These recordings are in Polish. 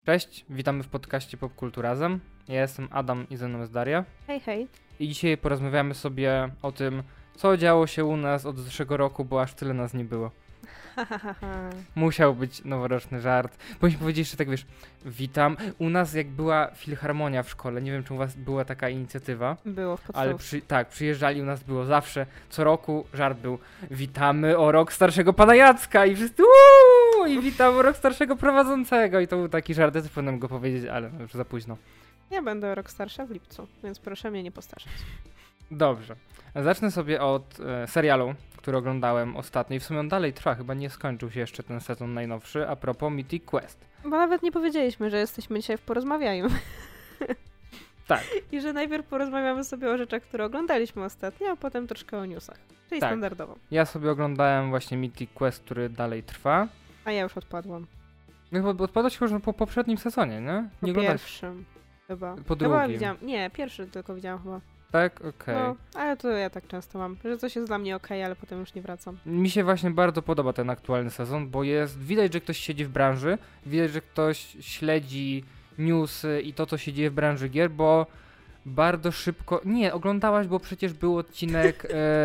Cześć, witamy w podcaście Popkulturazem. Ja jestem Adam i ze mną jest Daria. Hej, hej. I dzisiaj porozmawiamy sobie o tym, co działo się u nas od zeszłego roku, bo aż tyle nas nie było. Musiał być noworoczny żart. Powinniśmy powiedzieć, że tak wiesz, witam. U nas jak była filharmonia w szkole, nie wiem czy u was była taka inicjatywa. Było w Ale podstawce. przyjeżdżali, u nas było zawsze, co roku żart był witamy o rok starszego pana Jacka i wszyscy i witamy o rok starszego prowadzącego i to był taki żart, ja też powinienem go powiedzieć, ale już za późno. Ja będę o rok starsza w lipcu, więc proszę mnie nie postarzyć. Dobrze. Zacznę sobie od serialu, który oglądałem ostatnio i w sumie on dalej trwa, chyba nie skończył się jeszcze ten sezon najnowszy, a propos Mythic Quest. Bo nawet nie powiedzieliśmy, że jesteśmy dzisiaj w Porozmawiaju. Tak. I że najpierw porozmawiamy sobie o rzeczach, które oglądaliśmy ostatnio, a potem troszkę o newsach. Czyli Tak. standardowo. Ja sobie oglądałem właśnie Mythic Quest, który dalej trwa. A ja już odpadłam. No chyba odpadać już po poprzednim sezonie, nie? Po Nie oglądałeś- pierwszym chyba. Po Chyba drugim. widziałam. Nie, pierwszy tylko widziałam chyba. Tak? Okej. No, ale to ja tak często mam, że coś jest dla mnie okej, ale potem już nie wracam. Mi się właśnie bardzo podoba ten aktualny sezon, bo widać, że ktoś siedzi w branży, widać, że ktoś śledzi newsy i to, co się dzieje w branży gier, bo bardzo szybko... Nie, oglądałaś, bo przecież był odcinek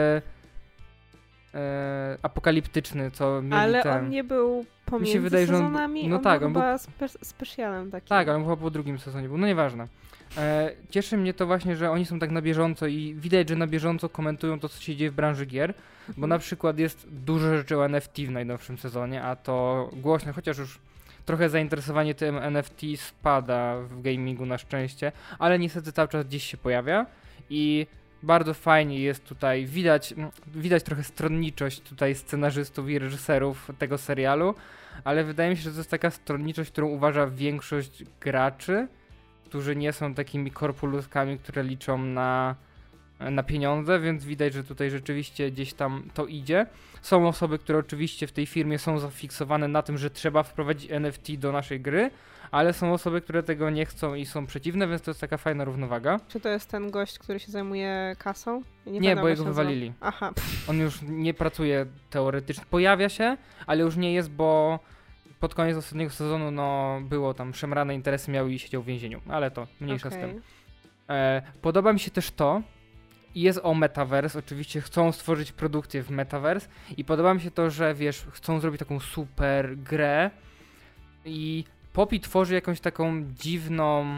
apokaliptyczny, co mieli Ale ten... on nie był pomiędzy Mi się wydaje, że on- sezonami, no on tak, był on był- chyba specjalem takim. Tak, ale chyba po drugim sezonie był, no nieważne. Cieszy mnie to właśnie, że oni są tak na bieżąco i widać, że na bieżąco komentują to, co się dzieje w branży gier, bo na przykład jest dużo rzeczy o NFT w najnowszym sezonie, a to głośno, chociaż już trochę zainteresowanie tym NFT spada w gamingu na szczęście, ale niestety cały czas gdzieś się pojawia i bardzo fajnie jest tutaj, widać trochę stronniczość tutaj scenarzystów i reżyserów tego serialu, ale wydaje mi się, że to jest taka stronniczość, którą uważa większość graczy, którzy nie są takimi korpuluskami, które liczą na pieniądze, więc widać, że tutaj rzeczywiście gdzieś tam to idzie. Są osoby, które oczywiście w tej firmie są zafiksowane na tym, że trzeba wprowadzić NFT do naszej gry, ale są osoby, które tego nie chcą i są przeciwne, więc to jest taka fajna równowaga. Czy to jest ten gość, który się zajmuje kasą? Ja Nie, pamiętam, bo jak jego się nazywa. wywalili. Aha, On już nie pracuje teoretycznie. Pojawia się, ale już nie jest, bo pod koniec ostatniego sezonu było tam szemrane interesy miały i siedział w więzieniu, ale to mniejsza z tym. Podoba mi się też to, jest o Metaverse, oczywiście chcą stworzyć produkcję w Metaverse i podoba mi się to, że wiesz, chcą zrobić taką super grę i Poppy tworzy jakąś taką dziwną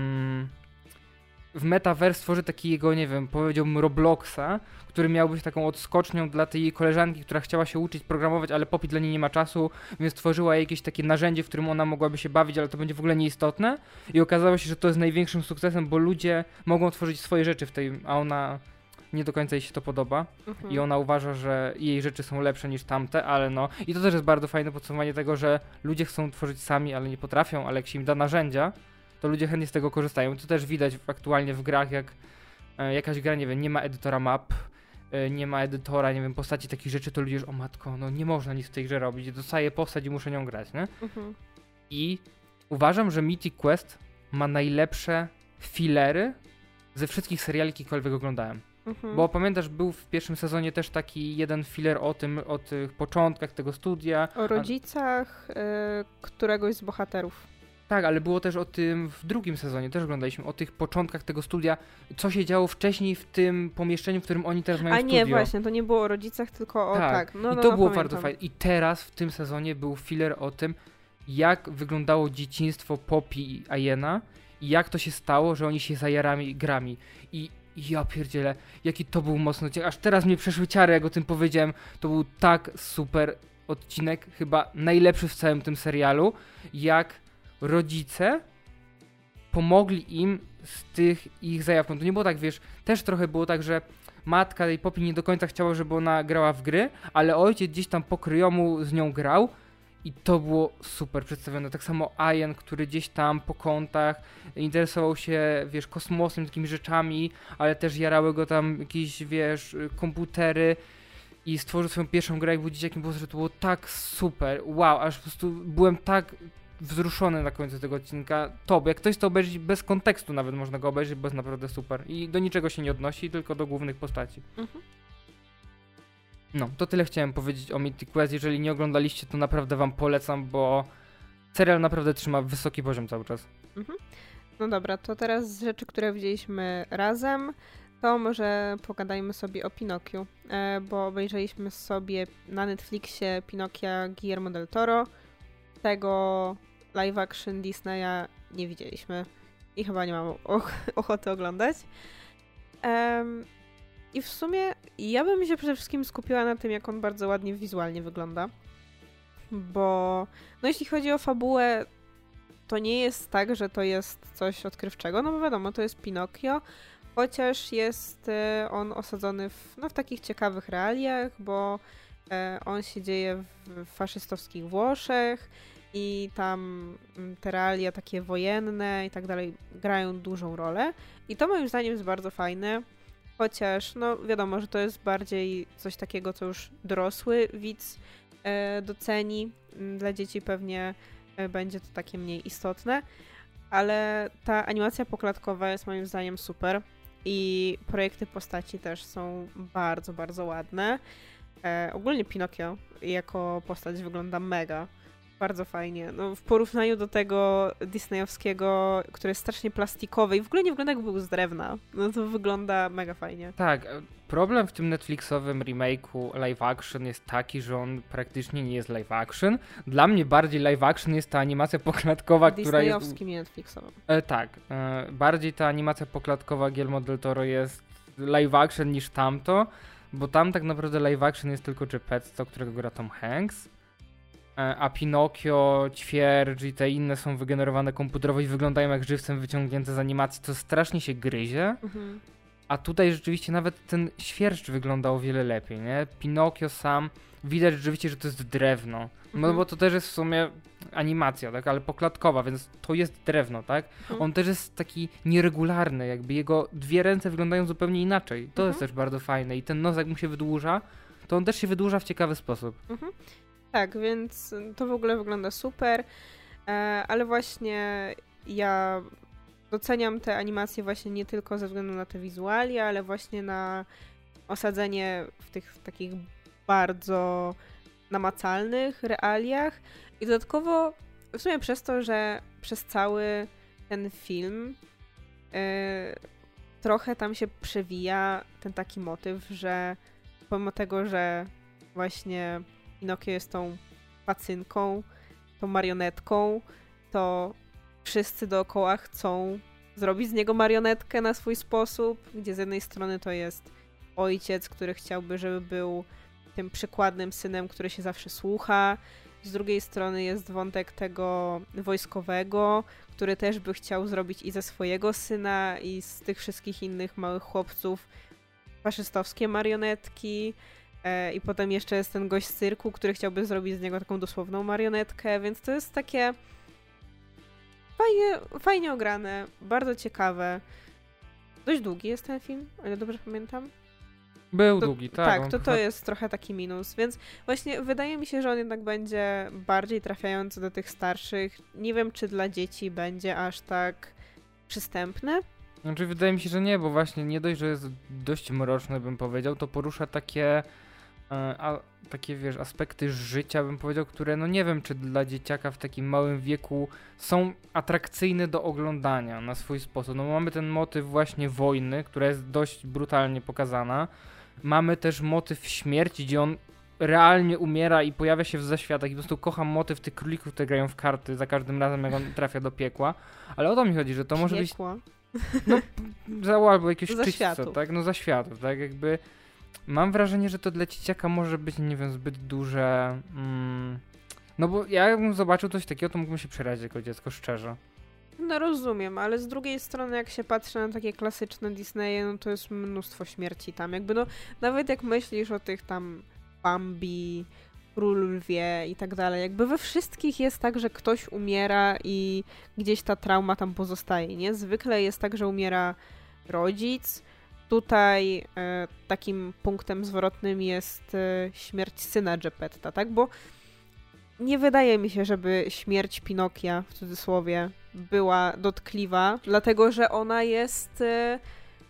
w Metaverse tworzy takiego, nie wiem, powiedziałbym Robloxa, który miał być taką odskocznią dla tej jej koleżanki, która chciała się uczyć programować, ale Poppy dla niej nie ma czasu, więc tworzyła jakieś takie narzędzie, w którym ona mogłaby się bawić, ale to będzie w ogóle nieistotne. I okazało się, że to jest największym sukcesem, bo ludzie mogą tworzyć swoje rzeczy w tej, a ona nie do końca jej się to podoba. I ona uważa, że jej rzeczy są lepsze niż tamte, ale no. I to też jest bardzo fajne podsumowanie tego, że ludzie chcą tworzyć sami, ale nie potrafią, ale jak się im da narzędzia, to ludzie chętnie z tego korzystają. To też widać aktualnie w grach, jak jakaś gra, nie wiem, nie ma edytora map, nie ma edytora, nie wiem, postaci takich rzeczy, to ludzie już, o matko, no nie można nic w tej grze robić, dostaję postać i muszę nią grać, nie? I uważam, że Mythic Quest ma najlepsze fillery ze wszystkich seriali, jakiekolwiek oglądałem. Bo pamiętasz, był w pierwszym sezonie też taki jeden filler o tych początkach tego studia. O rodzicach któregoś z bohaterów. Tak, ale było też o tym w drugim sezonie, też oglądaliśmy, o tych początkach tego studia, co się działo wcześniej w tym pomieszczeniu, w którym oni teraz mają studio. A nie, właśnie, to nie było o rodzicach, tylko o tak. I to było bardzo fajne. I teraz w tym sezonie był filler o tym, jak wyglądało dzieciństwo Poppy i Iena i jak to się stało, że oni się zajarali grami. I ja pierdzielę, jaki to był mocny odcinek. Aż teraz mnie przeszły ciary, jak o tym powiedziałem. To był tak super odcinek, chyba najlepszy w całym tym serialu, jak rodzice pomogli im z tych ich zajawką. To nie było tak, wiesz, też trochę było tak, że matka tej Poppy nie do końca chciała, żeby ona grała w gry, ale ojciec gdzieś tam pokryjomu z nią grał i to było super przedstawione. Tak samo Ian, który gdzieś tam po kątach interesował się, wiesz, kosmosem, takimi rzeczami, ale też jarały go tam jakieś, wiesz, komputery i stworzył swoją pierwszą grę, jak był dzieciakiem, że to było tak super, wow, aż po prostu byłem tak wzruszony na końcu tego odcinka. To, bo jak ktoś to obejrzy bez kontekstu, nawet można go obejrzeć, bo jest naprawdę super. I do niczego się nie odnosi, tylko do głównych postaci. No, to tyle chciałem powiedzieć o Mythic Quest. Jeżeli nie oglądaliście, to naprawdę wam polecam, bo serial naprawdę trzyma wysoki poziom cały czas. No dobra, to teraz z rzeczy, które widzieliśmy razem, to może pogadajmy sobie o Pinokiu, bo obejrzeliśmy sobie na Netflixie Pinokia Guillermo del Toro. Tego live action Disneya nie widzieliśmy i chyba nie mam ochoty oglądać. I w sumie ja bym się przede wszystkim skupiła na tym, jak on bardzo ładnie wizualnie wygląda, bo no jeśli chodzi o fabułę, to nie jest tak, że to jest coś odkrywczego, no bo wiadomo, to jest Pinokio, chociaż jest on osadzony w takich ciekawych realiach, bo on się dzieje w faszystowskich Włoszech i tam te realia takie wojenne i tak dalej grają dużą rolę i to moim zdaniem jest bardzo fajne, chociaż no wiadomo, że to jest bardziej coś takiego, co już dorosły widz doceni, dla dzieci pewnie będzie to takie mniej istotne, ale ta animacja poklatkowa jest moim zdaniem super i projekty postaci też są bardzo, bardzo ładne. Ogólnie Pinokio jako postać wygląda mega, bardzo fajnie. No, w porównaniu do tego disneyowskiego, który jest strasznie plastikowy i w ogóle nie wygląda jakby był z drewna, no to wygląda mega fajnie. Tak, problem w tym Netflixowym remake'u live action jest taki, że on praktycznie nie jest live action. Dla mnie bardziej live action jest ta animacja poklatkowa, która jest... Disneyowskim i Netflixowym. Bardziej ta animacja poklatkowa Guillermo del Toro jest live action niż tamto, bo tam tak naprawdę live action jest tylko Geppetto, którego gra Tom Hanks, a Pinokio, Ćwierć i te inne są wygenerowane komputerowo i wyglądają jak żywcem wyciągnięte z animacji, co strasznie się gryzie. A tutaj rzeczywiście nawet ten świerszcz wygląda o wiele lepiej, nie? Pinokio sam, widać rzeczywiście, że to jest drewno. No bo to też jest w sumie animacja, tak? Ale poklatkowa, więc to jest drewno, tak? On też jest taki nieregularny, jakby jego dwie ręce wyglądają zupełnie inaczej. To jest też bardzo fajne i ten nos jak mu się wydłuża, to on też się wydłuża w ciekawy sposób. Tak, więc to w ogóle wygląda super, ale właśnie ja doceniam te animacje właśnie nie tylko ze względu na te wizualia, ale właśnie na osadzenie w tych takich bardzo namacalnych realiach i dodatkowo w sumie przez to, że przez cały ten film trochę tam się przewija ten taki motyw, że pomimo tego, że właśnie Pinokio jest tą pacynką, tą marionetką, to wszyscy dookoła chcą zrobić z niego marionetkę na swój sposób, gdzie z jednej strony to jest ojciec, który chciałby, żeby był tym przykładnym synem, który się zawsze słucha. Z drugiej strony jest wątek tego wojskowego, który też by chciał zrobić i ze swojego syna, i z tych wszystkich innych małych chłopców faszystowskie marionetki. I potem jeszcze jest ten gość z cyrku, który chciałby zrobić z niego taką dosłowną marionetkę, więc to jest takie fajnie ograne, bardzo ciekawe. Dość długi jest ten film, o ile dobrze pamiętam. Był długi, tak. Tak, to jest trochę taki minus, więc właśnie wydaje mi się, że on jednak będzie bardziej trafiający do tych starszych. Nie wiem, czy dla dzieci będzie aż tak przystępny. Znaczy wydaje mi się, że nie, bo właśnie nie dość, że jest dość mroczny, bym powiedział, to porusza takie wiesz, aspekty życia, bym powiedział, które no nie wiem, czy dla dzieciaka w takim małym wieku są atrakcyjne do oglądania na swój sposób. No mamy ten motyw właśnie wojny, która jest dość brutalnie pokazana. Mamy też motyw śmierci, gdzie on realnie umiera i pojawia się w zaświatach i po prostu kocham motyw tych królików, które grają w karty za każdym razem, jak on trafia do piekła. Ale o to mi chodzi, że to może być... No, albo jakiegoś czyśćca, tak? No zaświatów, tak? Jakby mam wrażenie, że to dla dzieciaka może być, nie wiem, zbyt duże... No bo ja jakbym zobaczył coś takiego, to mógłbym się przerazić jako dziecko, szczerze. No rozumiem, ale z drugiej strony jak się patrzy na takie klasyczne Disneye, no to jest mnóstwo śmierci tam. Jakby no, nawet jak myślisz o tych tam Bambi, Król Lwie i tak dalej, jakby we wszystkich jest tak, że ktoś umiera i gdzieś ta trauma tam pozostaje, nie? Zwykle jest tak, że umiera rodzic. Tutaj takim punktem zwrotnym jest śmierć syna Geppetta, tak? Bo nie wydaje mi się, żeby śmierć Pinokia, w cudzysłowie, była dotkliwa, dlatego że ona jest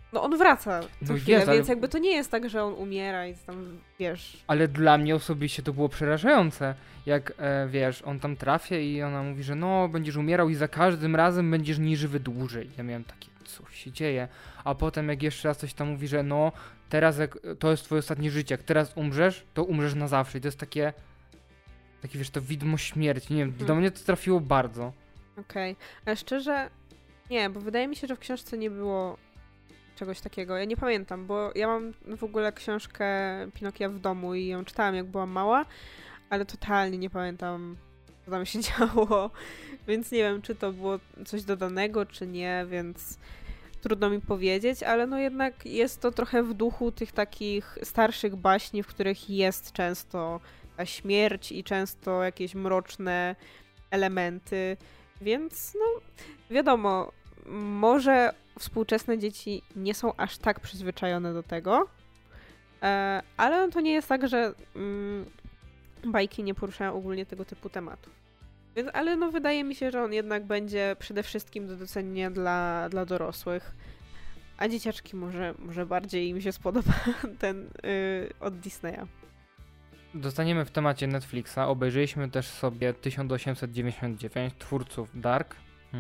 No on wraca co chwilę, jest, ale... więc jakby to nie jest tak, że on umiera i tam, wiesz... Ale dla mnie osobiście to było przerażające, jak, wiesz, on tam trafia i ona mówi, że no, będziesz umierał i za każdym razem będziesz nieżywy dłużej. Ja miałem takie, co się dzieje? A potem jak jeszcze raz coś tam mówi, że no, teraz jak to jest twoje ostatnie życie, jak teraz umrzesz, to umrzesz na zawsze. I to jest takie, wiesz, to widmo śmierci. Nie wiem, do mnie to trafiło bardzo. Okej, ale szczerze, nie, bo wydaje mi się, że w książce nie było czegoś takiego. Ja nie pamiętam, bo ja mam w ogóle książkę Pinokia w domu i ją czytałam jak byłam mała, ale totalnie nie pamiętam, co tam się działo, więc nie wiem, czy to było coś dodanego, czy nie, więc trudno mi powiedzieć, ale no jednak jest to trochę w duchu tych takich starszych baśni, w których jest często ta śmierć i często jakieś mroczne elementy, więc no wiadomo, może współczesne dzieci nie są aż tak przyzwyczajone do tego, ale to nie jest tak, że bajki nie poruszają ogólnie tego typu tematów. Więc, ale no wydaje mi się, że on jednak będzie przede wszystkim do docenienia dla dorosłych, a dzieciaczki może bardziej im się spodoba ten od Disneya. Dostaniemy w temacie Netflixa, obejrzeliśmy też sobie 1899 twórców Dark.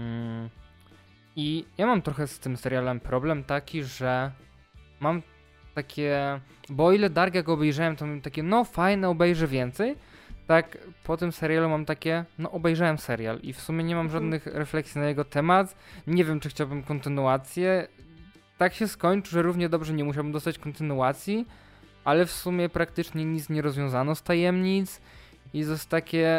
I ja mam trochę z tym serialem problem taki, że mam takie, bo o ile Dark jak obejrzałem, to mam takie, no fajne, obejrzę więcej, tak po tym serialu mam takie, no obejrzałem serial i w sumie nie mam żadnych refleksji na jego temat, nie wiem czy chciałbym kontynuację, tak się skończy, że równie dobrze nie musiałbym dostać kontynuacji, ale w sumie praktycznie nic nie rozwiązano z tajemnic i to jest takie...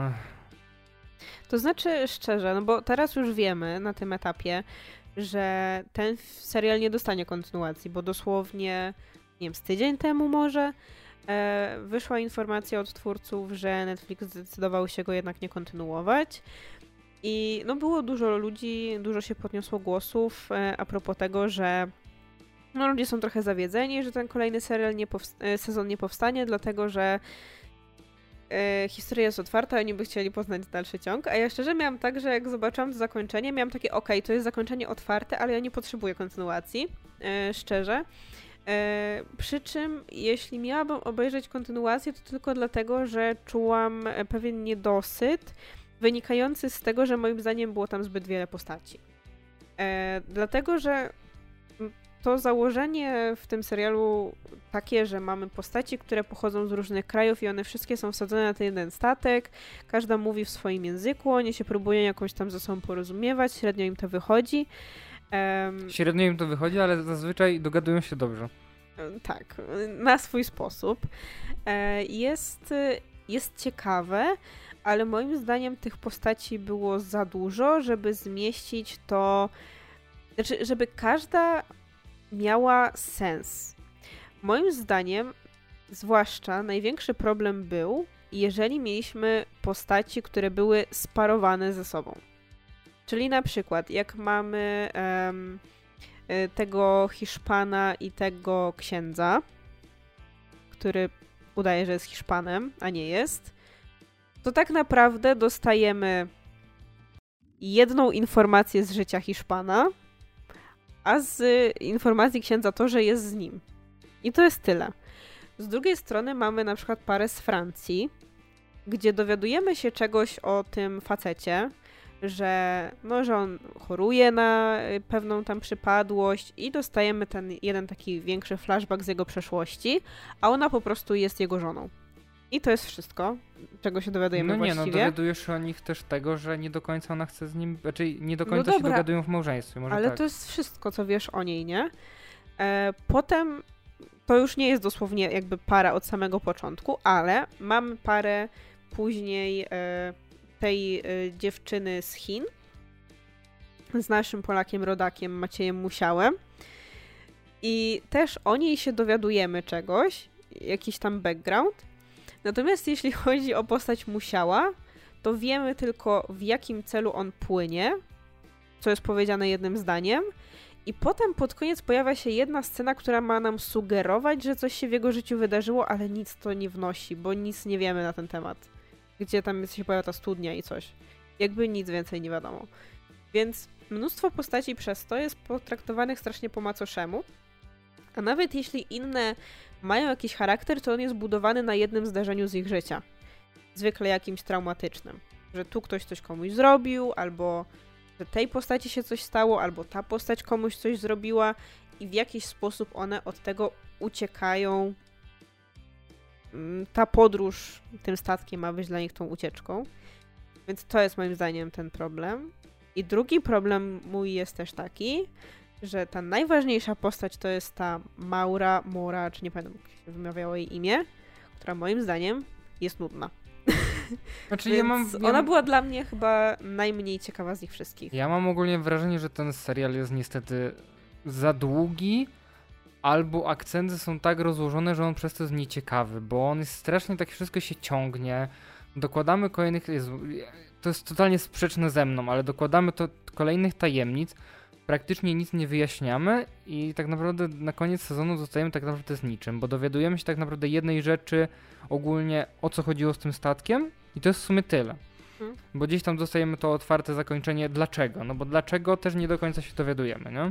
To znaczy szczerze, no bo teraz już wiemy na tym etapie, że ten serial nie dostanie kontynuacji, bo dosłownie, nie wiem, z tydzień temu może wyszła informacja od twórców, że Netflix zdecydował się go jednak nie kontynuować. I no było dużo ludzi, dużo się podniosło głosów a propos tego, że no ludzie są trochę zawiedzeni, że ten kolejny serial sezon nie powstanie, dlatego że historia jest otwarta, oni by chcieli poznać dalszy ciąg, a ja szczerze miałam tak, że jak zobaczyłam to zakończenie, miałam takie okej, to jest zakończenie otwarte, ale ja nie potrzebuję kontynuacji, szczerze. Przy czym, jeśli miałabym obejrzeć kontynuację, to tylko dlatego, że czułam pewien niedosyt wynikający z tego, że moim zdaniem było tam zbyt wiele postaci. Dlatego, że to założenie w tym serialu takie, że mamy postaci, które pochodzą z różnych krajów i one wszystkie są wsadzone na ten jeden statek, każda mówi w swoim języku, oni się próbują jakoś tam ze sobą porozumiewać, średnio im to wychodzi. Średnio im to wychodzi, ale zazwyczaj dogadują się dobrze. Tak, na swój sposób. Jest ciekawe, ale moim zdaniem tych postaci było za dużo, żeby zmieścić to, znaczy, żeby każda miała sens. Moim zdaniem, zwłaszcza największy problem był, jeżeli mieliśmy postaci, które były sparowane ze sobą. Czyli na przykład, jak mamy tego Hiszpana i tego księdza, który udaje, że jest Hiszpanem, a nie jest, to tak naprawdę dostajemy jedną informację z życia Hiszpana, a z informacji księdza to, że jest z nim. I to jest tyle. Z drugiej strony mamy na przykład parę z Francji, gdzie dowiadujemy się czegoś o tym facecie, że on choruje na pewną tam przypadłość i dostajemy ten jeden taki większy flashback z jego przeszłości, a ona po prostu jest jego żoną. I to jest wszystko, czego się dowiadujemy właściwie. No dowiadujesz się o nich też tego, że nie do końca ona chce z nim, raczej nie do końca się dogadują w małżeństwie. Może ale tak. To jest wszystko, co wiesz o niej, nie? Potem to już nie jest dosłownie jakby para od samego początku, ale mamy parę później tej dziewczyny z Chin z naszym Polakiem rodakiem Maciejem Musiałem i też o niej się dowiadujemy czegoś, jakiś tam background. Natomiast jeśli chodzi o postać Musiała, to wiemy tylko w jakim celu on płynie, co jest powiedziane jednym zdaniem i potem pod koniec pojawia się jedna scena, która ma nam sugerować, że coś się w jego życiu wydarzyło, ale nic to nie wnosi, bo nic nie wiemy na ten temat. Gdzie tam się pojawia ta studnia i coś. Jakby nic więcej nie wiadomo. Więc mnóstwo postaci przez to jest potraktowanych strasznie po macoszemu, a nawet jeśli inne mają jakiś charakter, to on jest budowany na jednym zdarzeniu z ich życia. Zwykle jakimś traumatycznym. Że tu ktoś coś komuś zrobił, albo że tej postaci się coś stało, albo ta postać komuś coś zrobiła i w jakiś sposób one od tego uciekają. Ta podróż tym statkiem ma być dla nich tą ucieczką. Więc to jest moim zdaniem ten problem. I drugi problem mój jest też taki, że ta najważniejsza postać to jest ta Mora, czy nie pamiętam jak się wymawiało jej imię, która moim zdaniem jest nudna. Znaczy Ona była dla mnie chyba najmniej ciekawa z nich wszystkich. Ja mam ogólnie wrażenie, że ten serial jest niestety za długi, albo akcenty są tak rozłożone, że on przez to jest nieciekawy, bo on jest strasznie, tak wszystko się ciągnie, dokładamy kolejnych, to jest totalnie sprzeczne ze mną, ale dokładamy to kolejnych tajemnic, praktycznie nic nie wyjaśniamy i tak naprawdę na koniec sezonu zostajemy tak naprawdę z niczym, bo dowiadujemy się tak naprawdę jednej rzeczy ogólnie, o co chodziło z tym statkiem i to jest w sumie tyle. Bo gdzieś tam dostajemy to otwarte zakończenie dlaczego, no bo dlaczego też nie do końca się dowiadujemy, nie?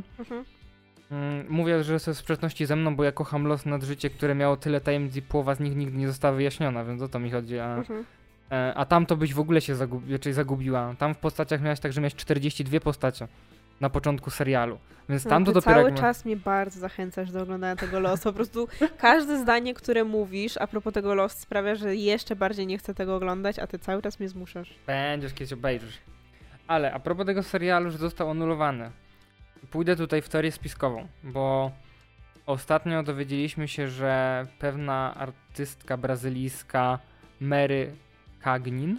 Mówię, że są sprzeczności ze mną, bo ja kocham Los nad życie, które miało tyle tajemnic i połowa z nich nigdy nie została wyjaśniona, więc o to mi chodzi, a tam to byś w ogóle się zagubiła. Tam w postaciach miałeś tak, że miałeś 42 postacie na początku serialu, więc tam to dopiero... Cały czas mnie bardzo zachęcasz do oglądania tego Lost. Po prostu każde zdanie, które mówisz a propos tego Lost sprawia, że jeszcze bardziej nie chcę tego oglądać, a ty cały czas mnie zmuszasz. Będziesz kiedyś obejrzysz. Ale a propos tego serialu, że został anulowany. Pójdę tutaj w teorię spiskową, bo ostatnio dowiedzieliśmy się, że pewna artystka brazylijska Mary Cagnin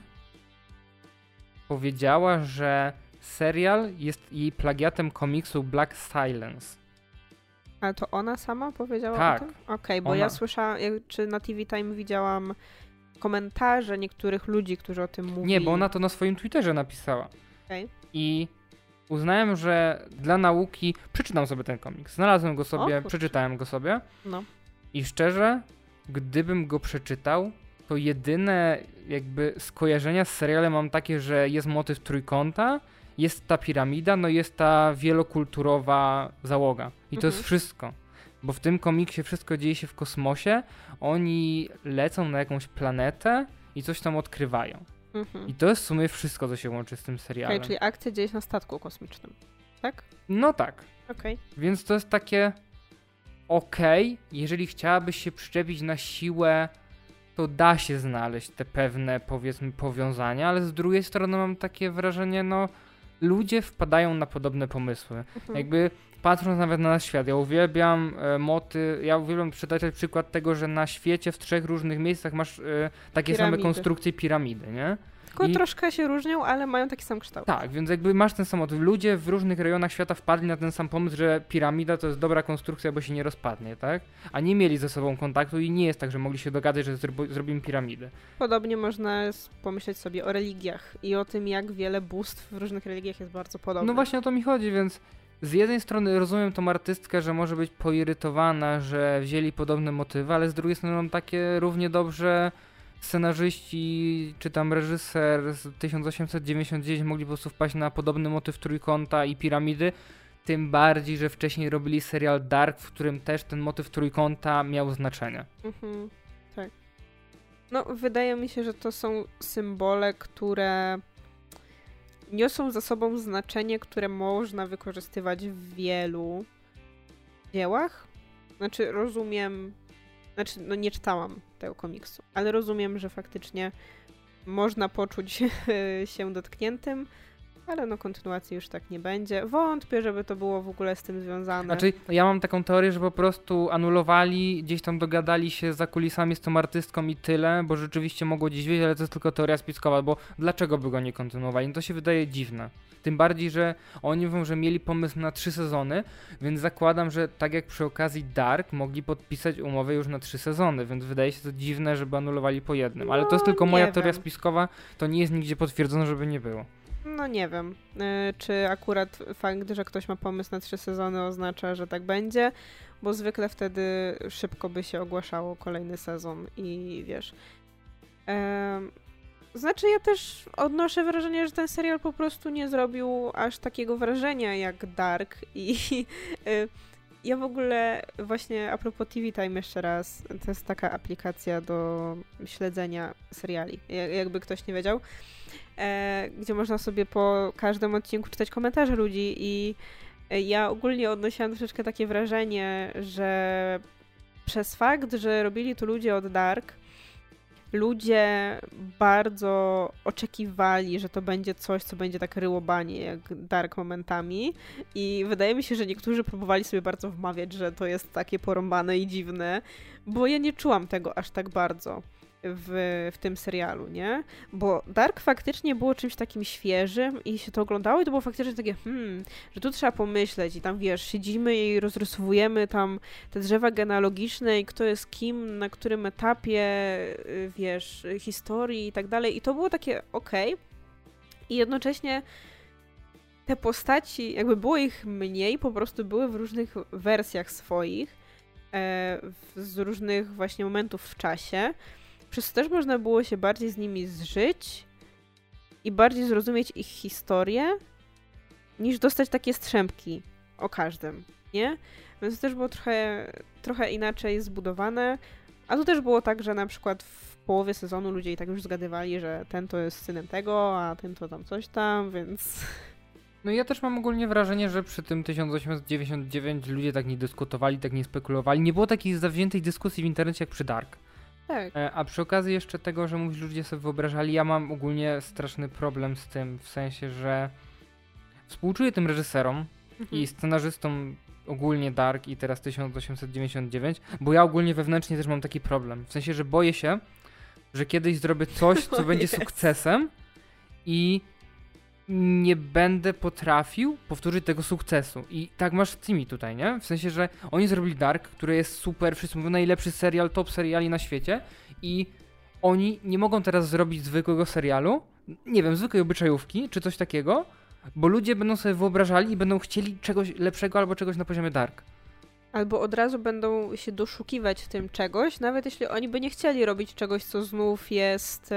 powiedziała, że serial jest jej plagiatem komiksu Black Silence. Ale to ona sama powiedziała tak, o tym? Okej, bo ja słyszałam, czy na TV Time widziałam komentarze niektórych ludzi, którzy o tym mówili. Nie, bo ona to na swoim Twitterze napisała. Okay. I uznałem, że dla nauki przeczytam sobie ten komiks. Znalazłem go sobie, przeczytałem go sobie. No. I szczerze, gdybym go przeczytał, to jedyne jakby skojarzenia z serialem mam takie, że jest motyw trójkąta, jest ta piramida, no jest ta wielokulturowa załoga. I to jest wszystko. Bo w tym komiksie wszystko dzieje się w kosmosie, oni lecą na jakąś planetę i coś tam odkrywają. I to jest w sumie wszystko, co się łączy z tym serialem. Czyli akcja dzieje się na statku kosmicznym, tak? No tak. Okej. Więc to jest takie jeżeli chciałabyś się przyczepić na siłę, to da się znaleźć te pewne, powiedzmy, powiązania, ale z drugiej strony mam takie wrażenie, ludzie wpadają na podobne pomysły. Jakby patrząc nawet na nasz świat, ja uwielbiam przytaczać przykład tego, że na świecie w 3 różnych miejscach masz takie same konstrukcje piramidy, nie? Tylko troszkę się różnią, ale mają taki sam kształt. Tak, więc jakby masz ten sam motyw. Ludzie w różnych rejonach świata wpadli na ten sam pomysł, że piramida to jest dobra konstrukcja, bo się nie rozpadnie, tak? A nie mieli ze sobą kontaktu i nie jest tak, że mogli się dogadać, że zrobimy piramidę. Podobnie można pomyśleć sobie o religiach i o tym, jak wiele bóstw w różnych religiach jest bardzo podobnych. No właśnie o to mi chodzi, więc z jednej strony rozumiem tą artystkę, że może być poirytowana, że wzięli podobne motywy, ale z drugiej strony mam takie równie dobrze scenarzyści czy tam reżyser z 1899 mogli po prostu wpaść na podobny motyw trójkąta i piramidy, tym bardziej, że wcześniej robili serial Dark, w którym też ten motyw trójkąta miał znaczenie. Tak. No, wydaje mi się, że to są symbole, które niosą za sobą znaczenie, które można wykorzystywać w wielu dziełach. Znaczy, nie czytałam tego komiksu, ale rozumiem, że faktycznie można poczuć się dotkniętym, ale kontynuacji już tak nie będzie. Wątpię, żeby to było w ogóle z tym związane. Znaczy, ja mam taką teorię, że po prostu anulowali, gdzieś tam dogadali się za kulisami z tą artystką i tyle, bo rzeczywiście mogło gdzieś wiedzieć, ale to jest tylko teoria spiskowa, bo dlaczego by go nie kontynuowali? No to się wydaje dziwne. Tym bardziej, że oni mówią, że mieli pomysł na 3 sezony, więc zakładam, że tak jak przy okazji Dark mogli podpisać umowę już na 3 sezony, więc wydaje się to dziwne, żeby anulowali po jednym. Ale to jest tylko moja teoria spiskowa, to nie jest nigdzie potwierdzone, żeby nie było. No nie wiem, czy akurat fakt, że ktoś ma pomysł na 3 sezony oznacza, że tak będzie, bo zwykle wtedy szybko by się ogłaszało kolejny sezon i wiesz. Znaczy ja też odnoszę wrażenie, że ten serial po prostu nie zrobił aż takiego wrażenia jak Dark i ja w ogóle właśnie a propos TV Time jeszcze raz, to jest taka aplikacja do śledzenia seriali, jakby ktoś nie wiedział, gdzie można sobie po każdym odcinku czytać komentarze ludzi i ja ogólnie odnosiłam troszeczkę takie wrażenie, że przez fakt, że robili to ludzie od Dark, ludzie bardzo oczekiwali, że to będzie coś, co będzie tak ryłobanie jak Dark momentami i wydaje mi się, że niektórzy próbowali sobie bardzo wmawiać, że to jest takie porąbane i dziwne, bo ja nie czułam tego aż tak bardzo w tym serialu, nie? Bo Dark faktycznie było czymś takim świeżym i się to oglądało i to było faktycznie takie, że tu trzeba pomyśleć i tam, wiesz, siedzimy i rozrysowujemy tam te drzewa genealogiczne i kto jest kim, na którym etapie, wiesz, historii i tak dalej. I to było takie okej. I jednocześnie te postaci, jakby było ich mniej, po prostu były w różnych wersjach swoich, z różnych właśnie momentów w czasie. Przez to też można było się bardziej z nimi zżyć i bardziej zrozumieć ich historię, niż dostać takie strzępki o każdym, nie? Więc to też było trochę inaczej zbudowane, a tu też było tak, że na przykład w połowie sezonu ludzie i tak już zgadywali, że ten to jest synem tego, a ten to tam coś tam, więc... No ja też mam ogólnie wrażenie, że przy tym 1899 ludzie tak nie dyskutowali, tak nie spekulowali. Nie było takiej zawziętej dyskusji w internecie jak przy Dark. Tak. A przy okazji jeszcze tego, że mówisz, ludzie sobie wyobrażali, ja mam ogólnie straszny problem z tym, w sensie, że współczuję tym reżyserom i scenarzystom ogólnie Dark i teraz 1899, bo ja ogólnie wewnętrznie też mam taki problem. W sensie, że boję się, że kiedyś zrobię coś, co będzie sukcesem i nie będę potrafił powtórzyć tego sukcesu. I tak masz z tymi tutaj, nie? W sensie, że oni zrobili Dark, który jest super, wszyscy mówią najlepszy serial, top seriali na świecie i oni nie mogą teraz zrobić zwykłego serialu, nie wiem, zwykłej obyczajówki, czy coś takiego, bo ludzie będą sobie wyobrażali i będą chcieli czegoś lepszego albo czegoś na poziomie Dark. Albo od razu będą się doszukiwać w tym czegoś, nawet jeśli oni by nie chcieli robić czegoś, co znów jest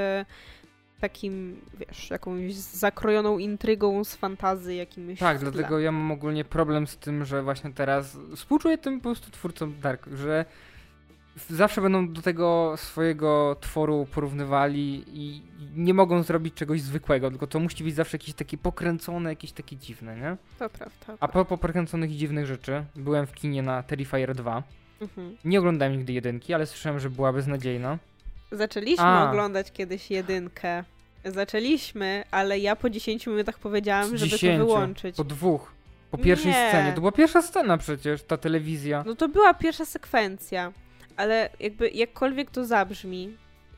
takim, wiesz, jakąś zakrojoną intrygą z fantazji jakimś. Tak, dlatego ja mam ogólnie problem z tym, że właśnie teraz współczuję tym po prostu twórcom Dark, że zawsze będą do tego swojego tworu porównywali i nie mogą zrobić czegoś zwykłego, tylko to musi być zawsze jakieś takie pokręcone, jakieś takie dziwne, nie? To prawda. A propos pokręconych i dziwnych rzeczy, byłem w kinie na Terrifier 2. Nie oglądałem nigdy jedynki, ale słyszałem, że była beznadziejna. Zaczęliśmy oglądać kiedyś jedynkę. Zaczęliśmy, ale ja po 10 minutach powiedziałam, żeby to wyłączyć. Po 2. Po pierwszej scenie. To była pierwsza scena przecież, ta telewizja. No to była pierwsza sekwencja, ale jakby jakkolwiek to zabrzmi,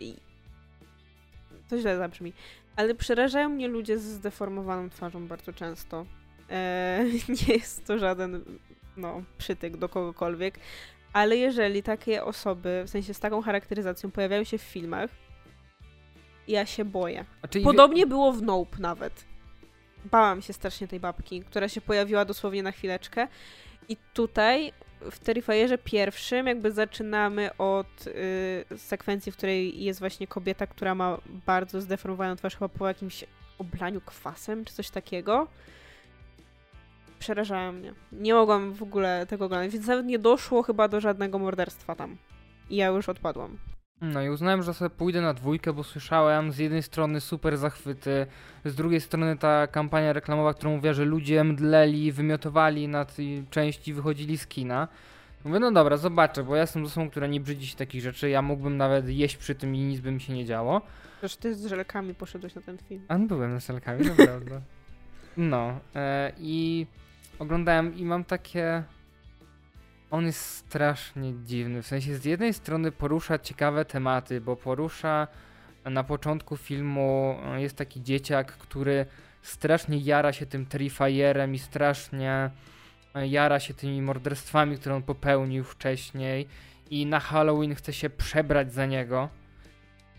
to źle zabrzmi, ale przerażają mnie ludzie z zdeformowaną twarzą bardzo często. Nie jest to żaden przytyk do kogokolwiek, ale jeżeli takie osoby, w sensie z taką charakteryzacją pojawiają się w filmach, ja się boję. Podobnie było w Nope nawet. Bałam się strasznie tej babki, która się pojawiła dosłownie na chwileczkę. I tutaj w Terrifierze pierwszym jakby zaczynamy od sekwencji, w której jest właśnie kobieta, która ma bardzo zdeformowaną twarz, chyba po jakimś oblaniu kwasem czy coś takiego. Przerażała mnie. Nie mogłam w ogóle tego oglądać, więc nawet nie doszło chyba do żadnego morderstwa tam. I ja już odpadłam. No i uznałem, że sobie pójdę na 2, bo słyszałem z jednej strony super zachwyty, z drugiej strony ta kampania reklamowa, którą mówiła, że ludzie mdleli, wymiotowali na tej części, wychodzili z kina. Mówię, no dobra, zobaczę, bo ja jestem osobą, która nie brzydzi się takich rzeczy, ja mógłbym nawet jeść przy tym i nic by mi się nie działo. Przecież ty z żelkami poszedłeś na ten film. A byłem z żelkami, naprawdę. No, i oglądałem i mam takie... On jest strasznie dziwny, w sensie z jednej strony porusza ciekawe tematy, bo porusza na początku filmu, jest taki dzieciak, który strasznie jara się tym Terrifierem i strasznie jara się tymi morderstwami, które on popełnił wcześniej i na Halloween chce się przebrać za niego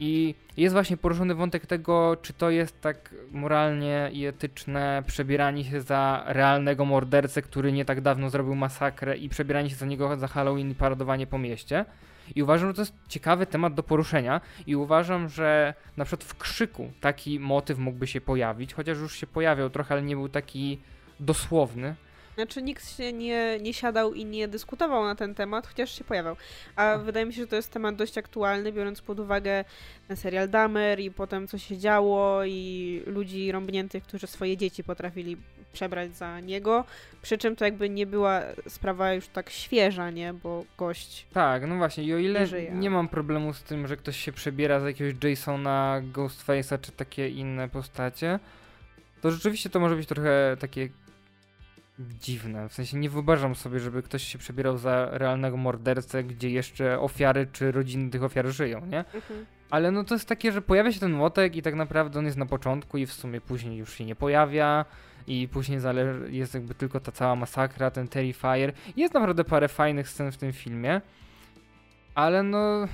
I jest właśnie poruszony wątek tego, czy to jest tak moralnie i etyczne przebieranie się za realnego mordercę, który nie tak dawno zrobił masakrę i przebieranie się za niego za Halloween i paradowanie po mieście. I uważam, że to jest ciekawy temat do poruszenia i uważam, że na przykład w Krzyku taki motyw mógłby się pojawić, chociaż już się pojawiał trochę, ale nie był taki dosłowny. Znaczy nikt się nie siadał i nie dyskutował na ten temat, chociaż się pojawiał. A wydaje mi się, że to jest temat dość aktualny, biorąc pod uwagę ten serial Dahmer i potem co się działo i ludzi rąbniętych, którzy swoje dzieci potrafili przebrać za niego. Przy czym to jakby nie była sprawa już tak świeża, nie? Bo gość Tak, no właśnie. I o ile żyje. nie mam problemu z tym, że ktoś się przebiera za jakiegoś Jasona, Ghostface'a czy takie inne postacie, to rzeczywiście to może być trochę takie dziwne. W sensie nie wyobrażam sobie, żeby ktoś się przebierał za realnego mordercę, gdzie jeszcze ofiary czy rodziny tych ofiar żyją, nie? Ale no to jest takie, że pojawia się ten młotek i tak naprawdę on jest na początku i w sumie później już się nie pojawia i później jest jakby tylko ta cała masakra, ten Terrifier. Jest naprawdę parę fajnych scen w tym filmie, ale no...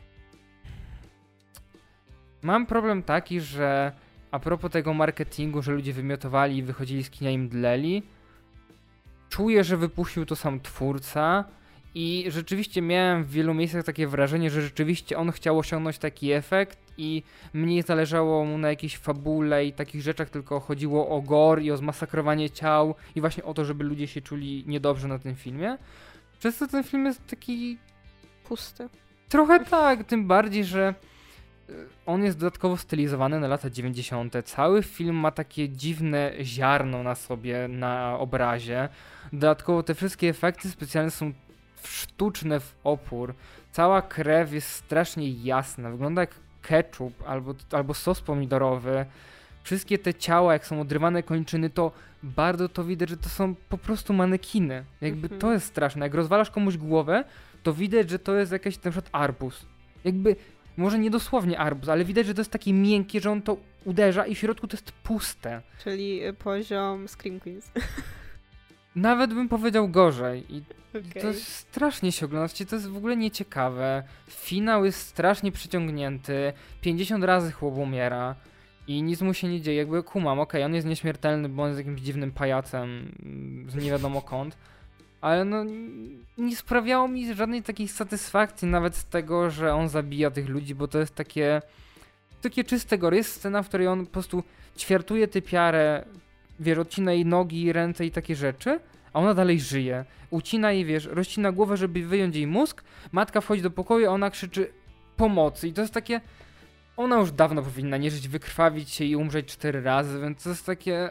Mam problem taki, że a propos tego marketingu, że ludzie wymiotowali i wychodzili z kina i mdleli, czuję, że wypuścił to sam twórca i rzeczywiście miałem w wielu miejscach takie wrażenie, że rzeczywiście on chciał osiągnąć taki efekt i mniej zależało mu na jakiejś fabule i takich rzeczach, tylko chodziło o gore i o zmasakrowanie ciał i właśnie o to, żeby ludzie się czuli niedobrze na tym filmie. Przez to ten film jest taki... pusty. Trochę tak, tym bardziej, że on jest dodatkowo stylizowany na lata 90. Cały film ma takie dziwne ziarno na sobie, na obrazie. Dodatkowo te wszystkie efekty specjalne są sztuczne w opór. Cała krew jest strasznie jasna. Wygląda jak ketchup albo sos pomidorowy. Wszystkie te ciała, jak są odrywane kończyny, to bardzo to widać, że to są po prostu manekiny. Jakby to jest straszne. Jak rozwalasz komuś głowę, to widać, że to jest jakiś na przykład arbuz. Jakby może nie dosłownie arbuz, ale widać, że to jest takie miękkie, że on to uderza i w środku to jest puste. Czyli poziom Scream Queens. Nawet bym powiedział gorzej. I Okay. to jest strasznie się ogląda, to jest w ogóle nieciekawe. Finał jest strasznie przeciągnięty, 50 razy chłop umiera i nic mu się nie dzieje. Jakby kumam, okej, on jest nieśmiertelny, bo on jest jakimś dziwnym pajacem z nie wiadomo kąd. Ale no nie sprawiało mi żadnej takiej satysfakcji nawet z tego, że on zabija tych ludzi, bo to jest takie czyste gore. Jest scena, w której on po prostu ćwiartuje typiarę, wiesz, odcina jej nogi, ręce i takie rzeczy, a ona dalej żyje. Ucina jej, wiesz, rozcina głowę, żeby wyjąć jej mózg, matka wchodzi do pokoju, a ona krzyczy pomocy i to jest takie... Ona już dawno powinna nie żyć, wykrwawić się i umrzeć 4 razy, więc to jest takie...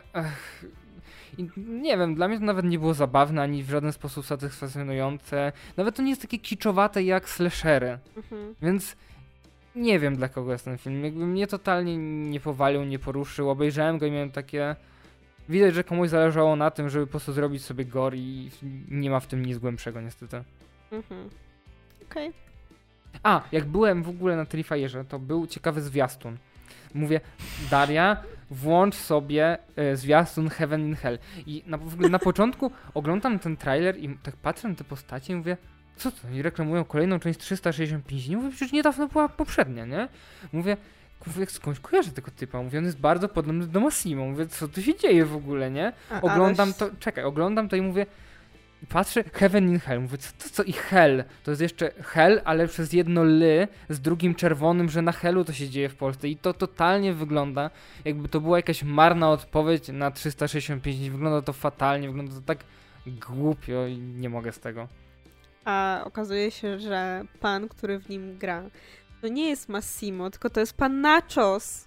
I nie wiem, dla mnie to nawet nie było zabawne, ani w żaden sposób satysfakcjonujące. Nawet to nie jest takie kiczowate jak slashery. Więc nie wiem, dla kogo jest ten film. Jakby mnie totalnie nie powalił, nie poruszył. Obejrzałem go i miałem takie... Widać, że komuś zależało na tym, żeby po prostu zrobić sobie gore i nie ma w tym nic głębszego niestety. Okej. A, jak byłem w ogóle na Terrifierze, to był ciekawy zwiastun. Mówię, Daria, włącz sobie zwiastun Heaven in Hell. I w ogóle na początku oglądam ten trailer i tak patrzę na te postacie i mówię, co to? Oni reklamują kolejną część 365 dni? Mówię, przecież niedawno była poprzednia, nie? Mówię, skądś kojarzę tego typa. Mówię, on jest bardzo podobny do Massimo. Mówię, co tu się dzieje w ogóle, nie? Oglądam to i mówię, patrzę, Heaven in Hell, mówię, co i Hell, to jest jeszcze Hell, ale przez jedno ly z drugim czerwonym, że na Hellu to się dzieje w Polsce i to totalnie wygląda, jakby to była jakaś marna odpowiedź na 365 dni, wygląda to fatalnie, wygląda to tak głupio i nie mogę z tego. A okazuje się, że pan, który w nim gra, to nie jest Massimo, tylko to jest pan Nachos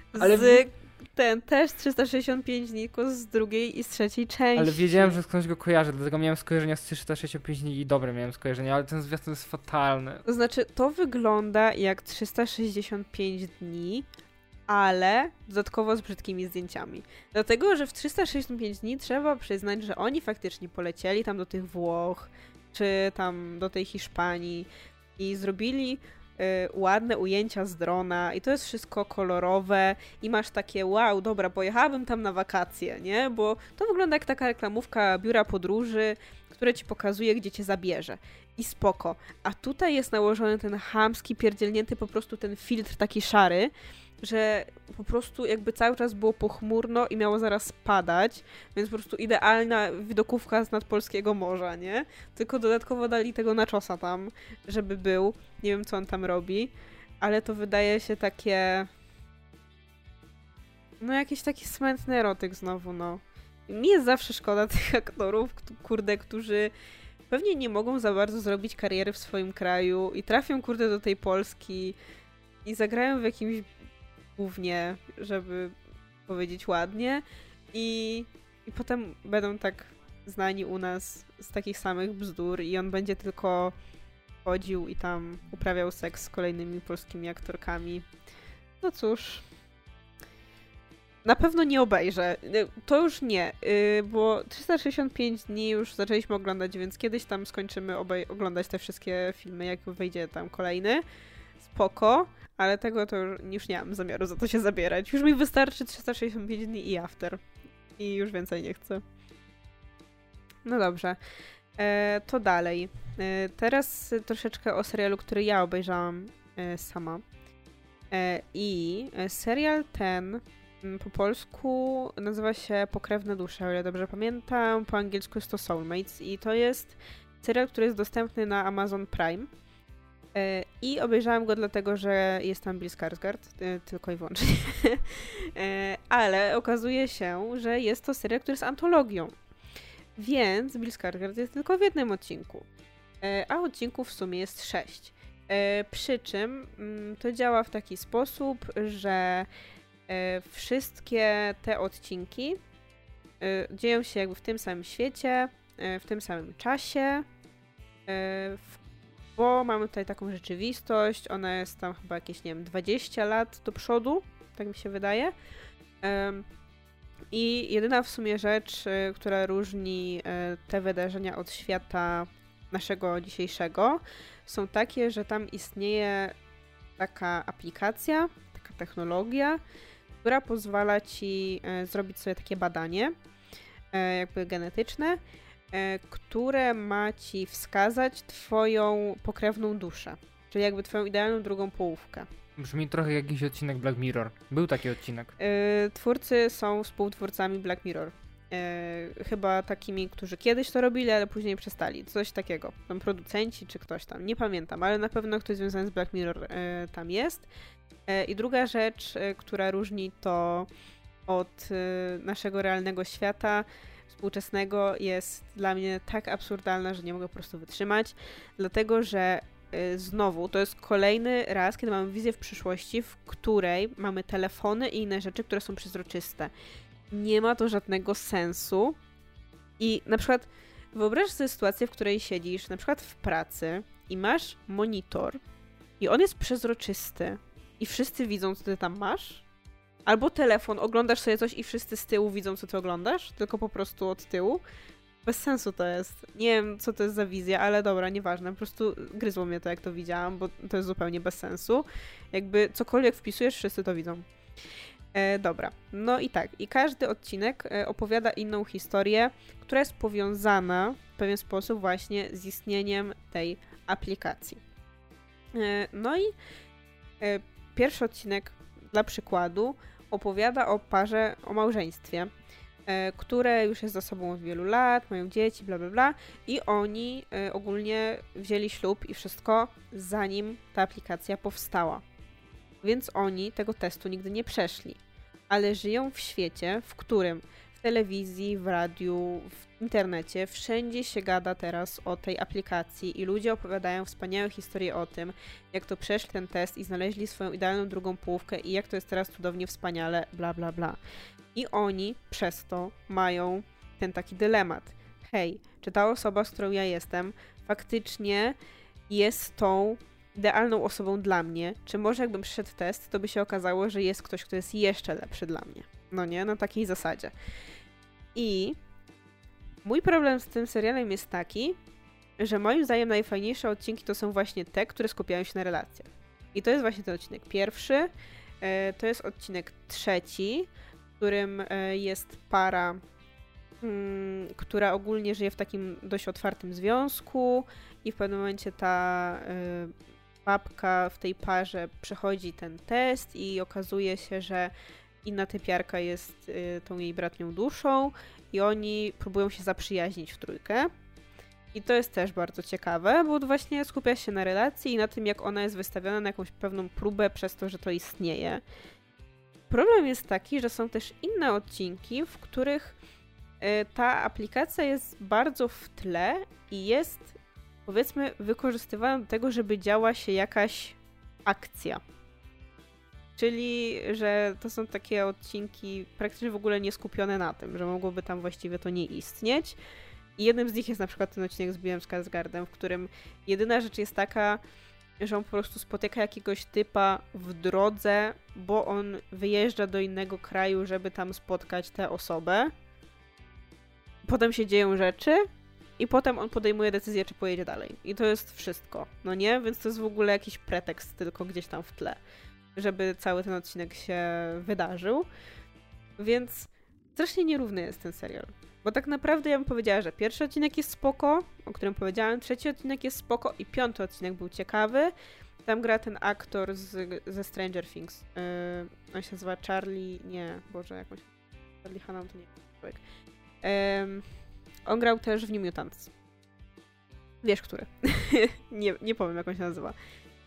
ten też 365 dni, tylko z drugiej i z trzeciej części. Ale wiedziałem, że skądś go kojarzę, dlatego miałem skojarzenia z 365 dni i dobre miałem skojarzenia, ale ten zwiastun jest fatalny. To znaczy, to wygląda jak 365 dni, ale dodatkowo z brzydkimi zdjęciami. Dlatego, że w 365 dni trzeba przyznać, że oni faktycznie polecieli tam do tych Włoch, czy tam do tej Hiszpanii i zrobili ładne ujęcia z drona i to jest wszystko kolorowe i masz takie wow, dobra, pojechałabym tam na wakacje, nie? Bo to wygląda jak taka reklamówka biura podróży, które ci pokazuje, gdzie cię zabierze. I spoko. A tutaj jest nałożony ten chamski, pierdzielnięty po prostu ten filtr taki szary, że po prostu jakby cały czas było pochmurno i miało zaraz padać, więc po prostu idealna widokówka z nadpolskiego morza, nie? Tylko dodatkowo dali tego nachosa tam, żeby był. Nie wiem, co on tam robi, ale to wydaje się takie... No jakiś taki smętny erotyk znowu, no. Mi jest zawsze szkoda tych aktorów, kurde, którzy pewnie nie mogą za bardzo zrobić kariery w swoim kraju i trafią, kurde, do tej Polski i zagrają w jakimś gównie, żeby powiedzieć ładnie i potem będą tak znani u nas z takich samych bzdur i on będzie tylko chodził i tam uprawiał seks z kolejnymi polskimi aktorkami. No cóż... Na pewno nie obejrzę. To już nie, bo 365 dni już zaczęliśmy oglądać, więc kiedyś tam skończymy oglądać te wszystkie filmy, jak wyjdzie tam kolejny. Spoko, ale tego to już nie mam zamiaru za to się zabierać. Już mi wystarczy 365 dni i After. I już więcej nie chcę. No dobrze. To dalej. Teraz troszeczkę o serialu, który ja obejrzałam sama. I serial ten po polsku nazywa się Pokrewne dusze, o ile dobrze pamiętam. Po angielsku jest to Soulmates i to jest serial, który jest dostępny na Amazon Prime. I obejrzałam go dlatego, że jest tam Bill Skarsgård, tylko i wyłącznie. Ale okazuje się, że jest to serial, który jest antologią. Więc Bill Skarsgård jest tylko w jednym odcinku. A odcinków w sumie jest 6. Przy czym to działa w taki sposób, że wszystkie te odcinki dzieją się jakby w tym samym świecie, w tym samym czasie, bo mamy tutaj taką rzeczywistość, ona jest tam chyba jakieś, nie wiem, 20 lat do przodu, tak mi się wydaje. I jedyna w sumie rzecz, która różni te wydarzenia od świata naszego dzisiejszego, są takie, że tam istnieje taka aplikacja, taka technologia, która pozwala ci zrobić sobie takie badanie, jakby genetyczne, które ma ci wskazać twoją pokrewną duszę, czyli jakby twoją idealną drugą połówkę. Brzmi trochę jak jakiś odcinek Black Mirror. Był taki odcinek. Twórcy są współtwórcami Black Mirror. Chyba takimi, którzy kiedyś to robili, ale później przestali. Coś takiego. Tam producenci czy ktoś tam. Nie pamiętam, ale na pewno ktoś związany z Black Mirror tam jest. I druga rzecz, która różni to od naszego realnego świata współczesnego, jest dla mnie tak absurdalna, że nie mogę po prostu wytrzymać, dlatego że znowu to jest kolejny raz, kiedy mamy wizję w przyszłości, w której mamy telefony i inne rzeczy, które są przezroczyste. Nie ma to żadnego sensu i na przykład wyobraź sobie sytuację, w której siedzisz na przykład w pracy i masz monitor i on jest przezroczysty i wszyscy widzą, co ty tam masz. Albo telefon, oglądasz sobie coś i wszyscy z tyłu widzą, co ty oglądasz, tylko po prostu od tyłu. Bez sensu to jest. Nie wiem, co to jest za wizja, ale dobra, nieważne. Po prostu gryzło mnie to, jak to widziałam, bo to jest zupełnie bez sensu. Jakby cokolwiek wpisujesz, wszyscy to widzą. Dobra, no i tak. I każdy odcinek opowiada inną historię, która jest powiązana w pewien sposób właśnie z istnieniem tej aplikacji. No i pierwszy odcinek, dla przykładu, opowiada o parze, o małżeństwie, które już jest za sobą od wielu lat, mają dzieci, bla bla bla i oni ogólnie wzięli ślub i wszystko, zanim ta aplikacja powstała. Więc oni tego testu nigdy nie przeszli, ale żyją w świecie, w którym w telewizji, w radiu, w internecie, wszędzie się gada teraz o tej aplikacji i ludzie opowiadają wspaniałe historie o tym, jak to przeszli ten test i znaleźli swoją idealną drugą połówkę i jak to jest teraz cudownie, wspaniale, bla bla bla. I oni przez to mają ten taki dylemat. Hej, czy ta osoba, z którą ja jestem, faktycznie jest tą idealną osobą dla mnie? Czy może jakbym przyszedł test, to by się okazało, że jest ktoś, kto jest jeszcze lepszy dla mnie? No nie? Na takiej zasadzie. I mój problem z tym serialem jest taki, że moim zdaniem najfajniejsze odcinki to są właśnie te, które skupiają się na relacjach. I to jest właśnie ten odcinek pierwszy. To jest odcinek trzeci, w którym jest para która ogólnie żyje w takim dość otwartym związku i w pewnym momencie ta babka w tej parze przechodzi ten test i okazuje się, że inna typiarka jest tą jej bratnią duszą i oni próbują się zaprzyjaźnić w trójkę. I to jest też bardzo ciekawe, bo właśnie skupia się na relacji i na tym, jak ona jest wystawiona na jakąś pewną próbę przez to, że to istnieje. Problem jest taki, że są też inne odcinki, w których ta aplikacja jest bardzo w tle i jest, powiedzmy, wykorzystywana do tego, żeby działa się jakaś akcja. Czyli, że to są takie odcinki praktycznie w ogóle nie skupione na tym, że mogłoby tam właściwie to nie istnieć. I jednym z nich jest na przykład ten odcinek z Billem Skarsgårdem, w którym jedyna rzecz jest taka, że on po prostu spotyka jakiegoś typa w drodze, bo on wyjeżdża do innego kraju, żeby tam spotkać tę osobę. Potem się dzieją rzeczy i potem on podejmuje decyzję, czy pojedzie dalej. I to jest wszystko, no nie? Więc to jest w ogóle jakiś pretekst tylko gdzieś tam w tle, żeby cały ten odcinek się wydarzył. Więc strasznie nierówny jest ten serial. Bo tak naprawdę ja bym powiedziała, że pierwszy odcinek jest spoko, o którym powiedziałem, trzeci odcinek jest spoko i piąty odcinek był ciekawy. Tam gra ten aktor ze Stranger Things. On się nazywa Charlie... Nie, Boże, jakąś... Charlie Hunnam to nie jest człowiek. On grał też w New Mutants. Wiesz, który. nie powiem, jak on się nazywa.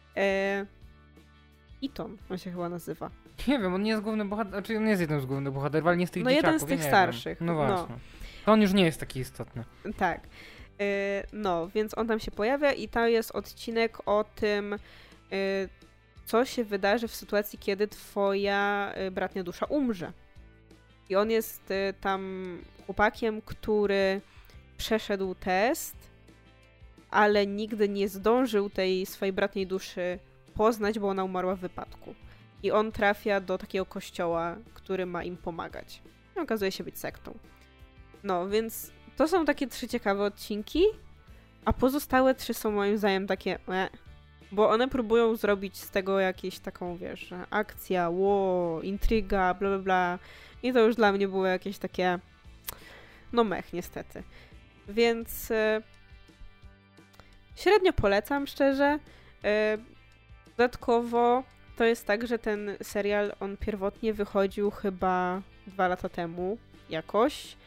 Eton, on się chyba nazywa. Nie wiem, on nie jest główny bohater, znaczy on jest jednym z głównych bohaterów, ale nie z tych dzieciaków. No jeden z tych starszych. No właśnie. To on już nie jest taki istotny. Tak. No, więc on tam się pojawia i tam jest odcinek o tym, co się wydarzy w sytuacji, kiedy twoja bratnia dusza umrze. I on jest tam chłopakiem, który przeszedł test, ale nigdy nie zdążył tej swojej bratniej duszy poznać, bo ona umarła w wypadku. I on trafia do takiego kościoła, który ma im pomagać. I okazuje się być sektą. No, więc to są takie 3 ciekawe odcinki, a pozostałe 3 są moim zdaniem takie bo one próbują zrobić z tego jakieś taką, wiesz, akcja, intryga, bla bla bla. I to już dla mnie było jakieś takie no mech niestety. Więc średnio polecam, szczerze. Dodatkowo to jest tak, że ten serial, on pierwotnie wychodził chyba 2 lata temu jakoś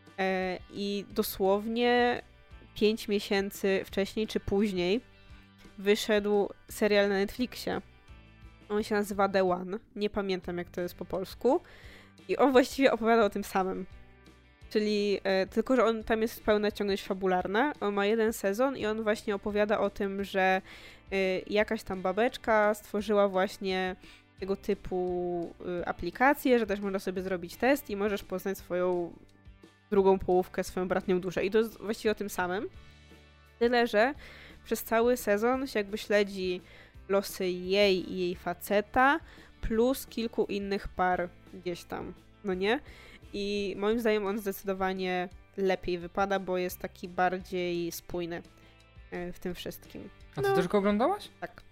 i dosłownie 5 miesięcy wcześniej czy później wyszedł serial na Netflixie. On się nazywa The One. Nie pamiętam, jak to jest po polsku. I on właściwie opowiada o tym samym. Czyli tylko, że on tam jest pełna ciągłość fabularna. On ma 1 sezon i on właśnie opowiada o tym, że jakaś tam babeczka stworzyła właśnie tego typu aplikację, że też można sobie zrobić test i możesz poznać swoją drugą połówkę, swoją bratnią duszę. I to jest właściwie o tym samym. Tyle, że przez cały sezon się jakby śledzi losy jej i jej faceta, plus kilku innych par gdzieś tam, no nie? I moim zdaniem on zdecydowanie lepiej wypada, bo jest taki bardziej spójny w tym wszystkim. A ty też go oglądałaś? Tak.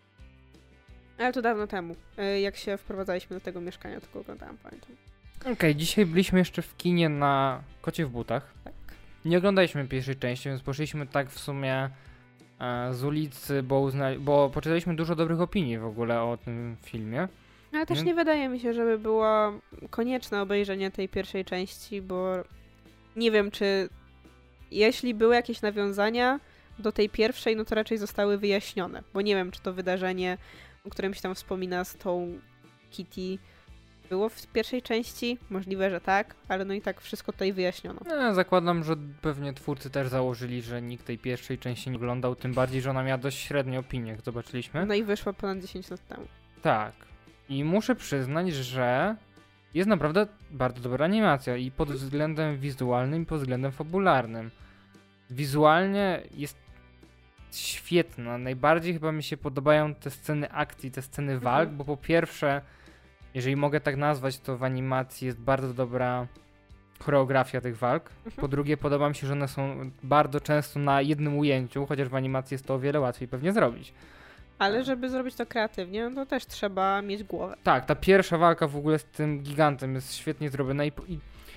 Ale to dawno temu. Jak się wprowadzaliśmy do tego mieszkania, to go oglądałam, pamiętam. Okej, dzisiaj byliśmy jeszcze w kinie na Kocie w butach. Tak. Nie oglądaliśmy pierwszej części, więc poszliśmy tak w sumie z ulicy, bo poczytaliśmy dużo dobrych opinii w ogóle o tym filmie. Ale też nie wydaje mi się, żeby było konieczne obejrzenie tej pierwszej części, bo nie wiem, czy jeśli były jakieś nawiązania do tej pierwszej, no to raczej zostały wyjaśnione, bo nie wiem, czy to wydarzenie, o którym się tam wspomina z tą Kitty, było w pierwszej części. Możliwe, że tak, ale no i tak wszystko tutaj wyjaśniono. Ja zakładam, że pewnie twórcy też założyli, że nikt tej pierwszej części nie oglądał, tym bardziej, że ona miała dość średnie opinie, jak zobaczyliśmy. No i wyszła ponad 10 lat temu. Tak. I muszę przyznać, że jest naprawdę bardzo dobra animacja i pod względem wizualnym, i pod względem fabularnym. Wizualnie jest świetna. Najbardziej chyba mi się podobają te sceny akcji, te sceny walk, bo po pierwsze, jeżeli mogę tak nazwać, to w animacji jest bardzo dobra choreografia tych walk. Po drugie, podoba mi się, że one są bardzo często na jednym ujęciu, chociaż w animacji jest to o wiele łatwiej pewnie zrobić. Ale żeby zrobić to kreatywnie, no to też trzeba mieć głowę. Tak, ta pierwsza walka w ogóle z tym gigantem jest świetnie zrobiona i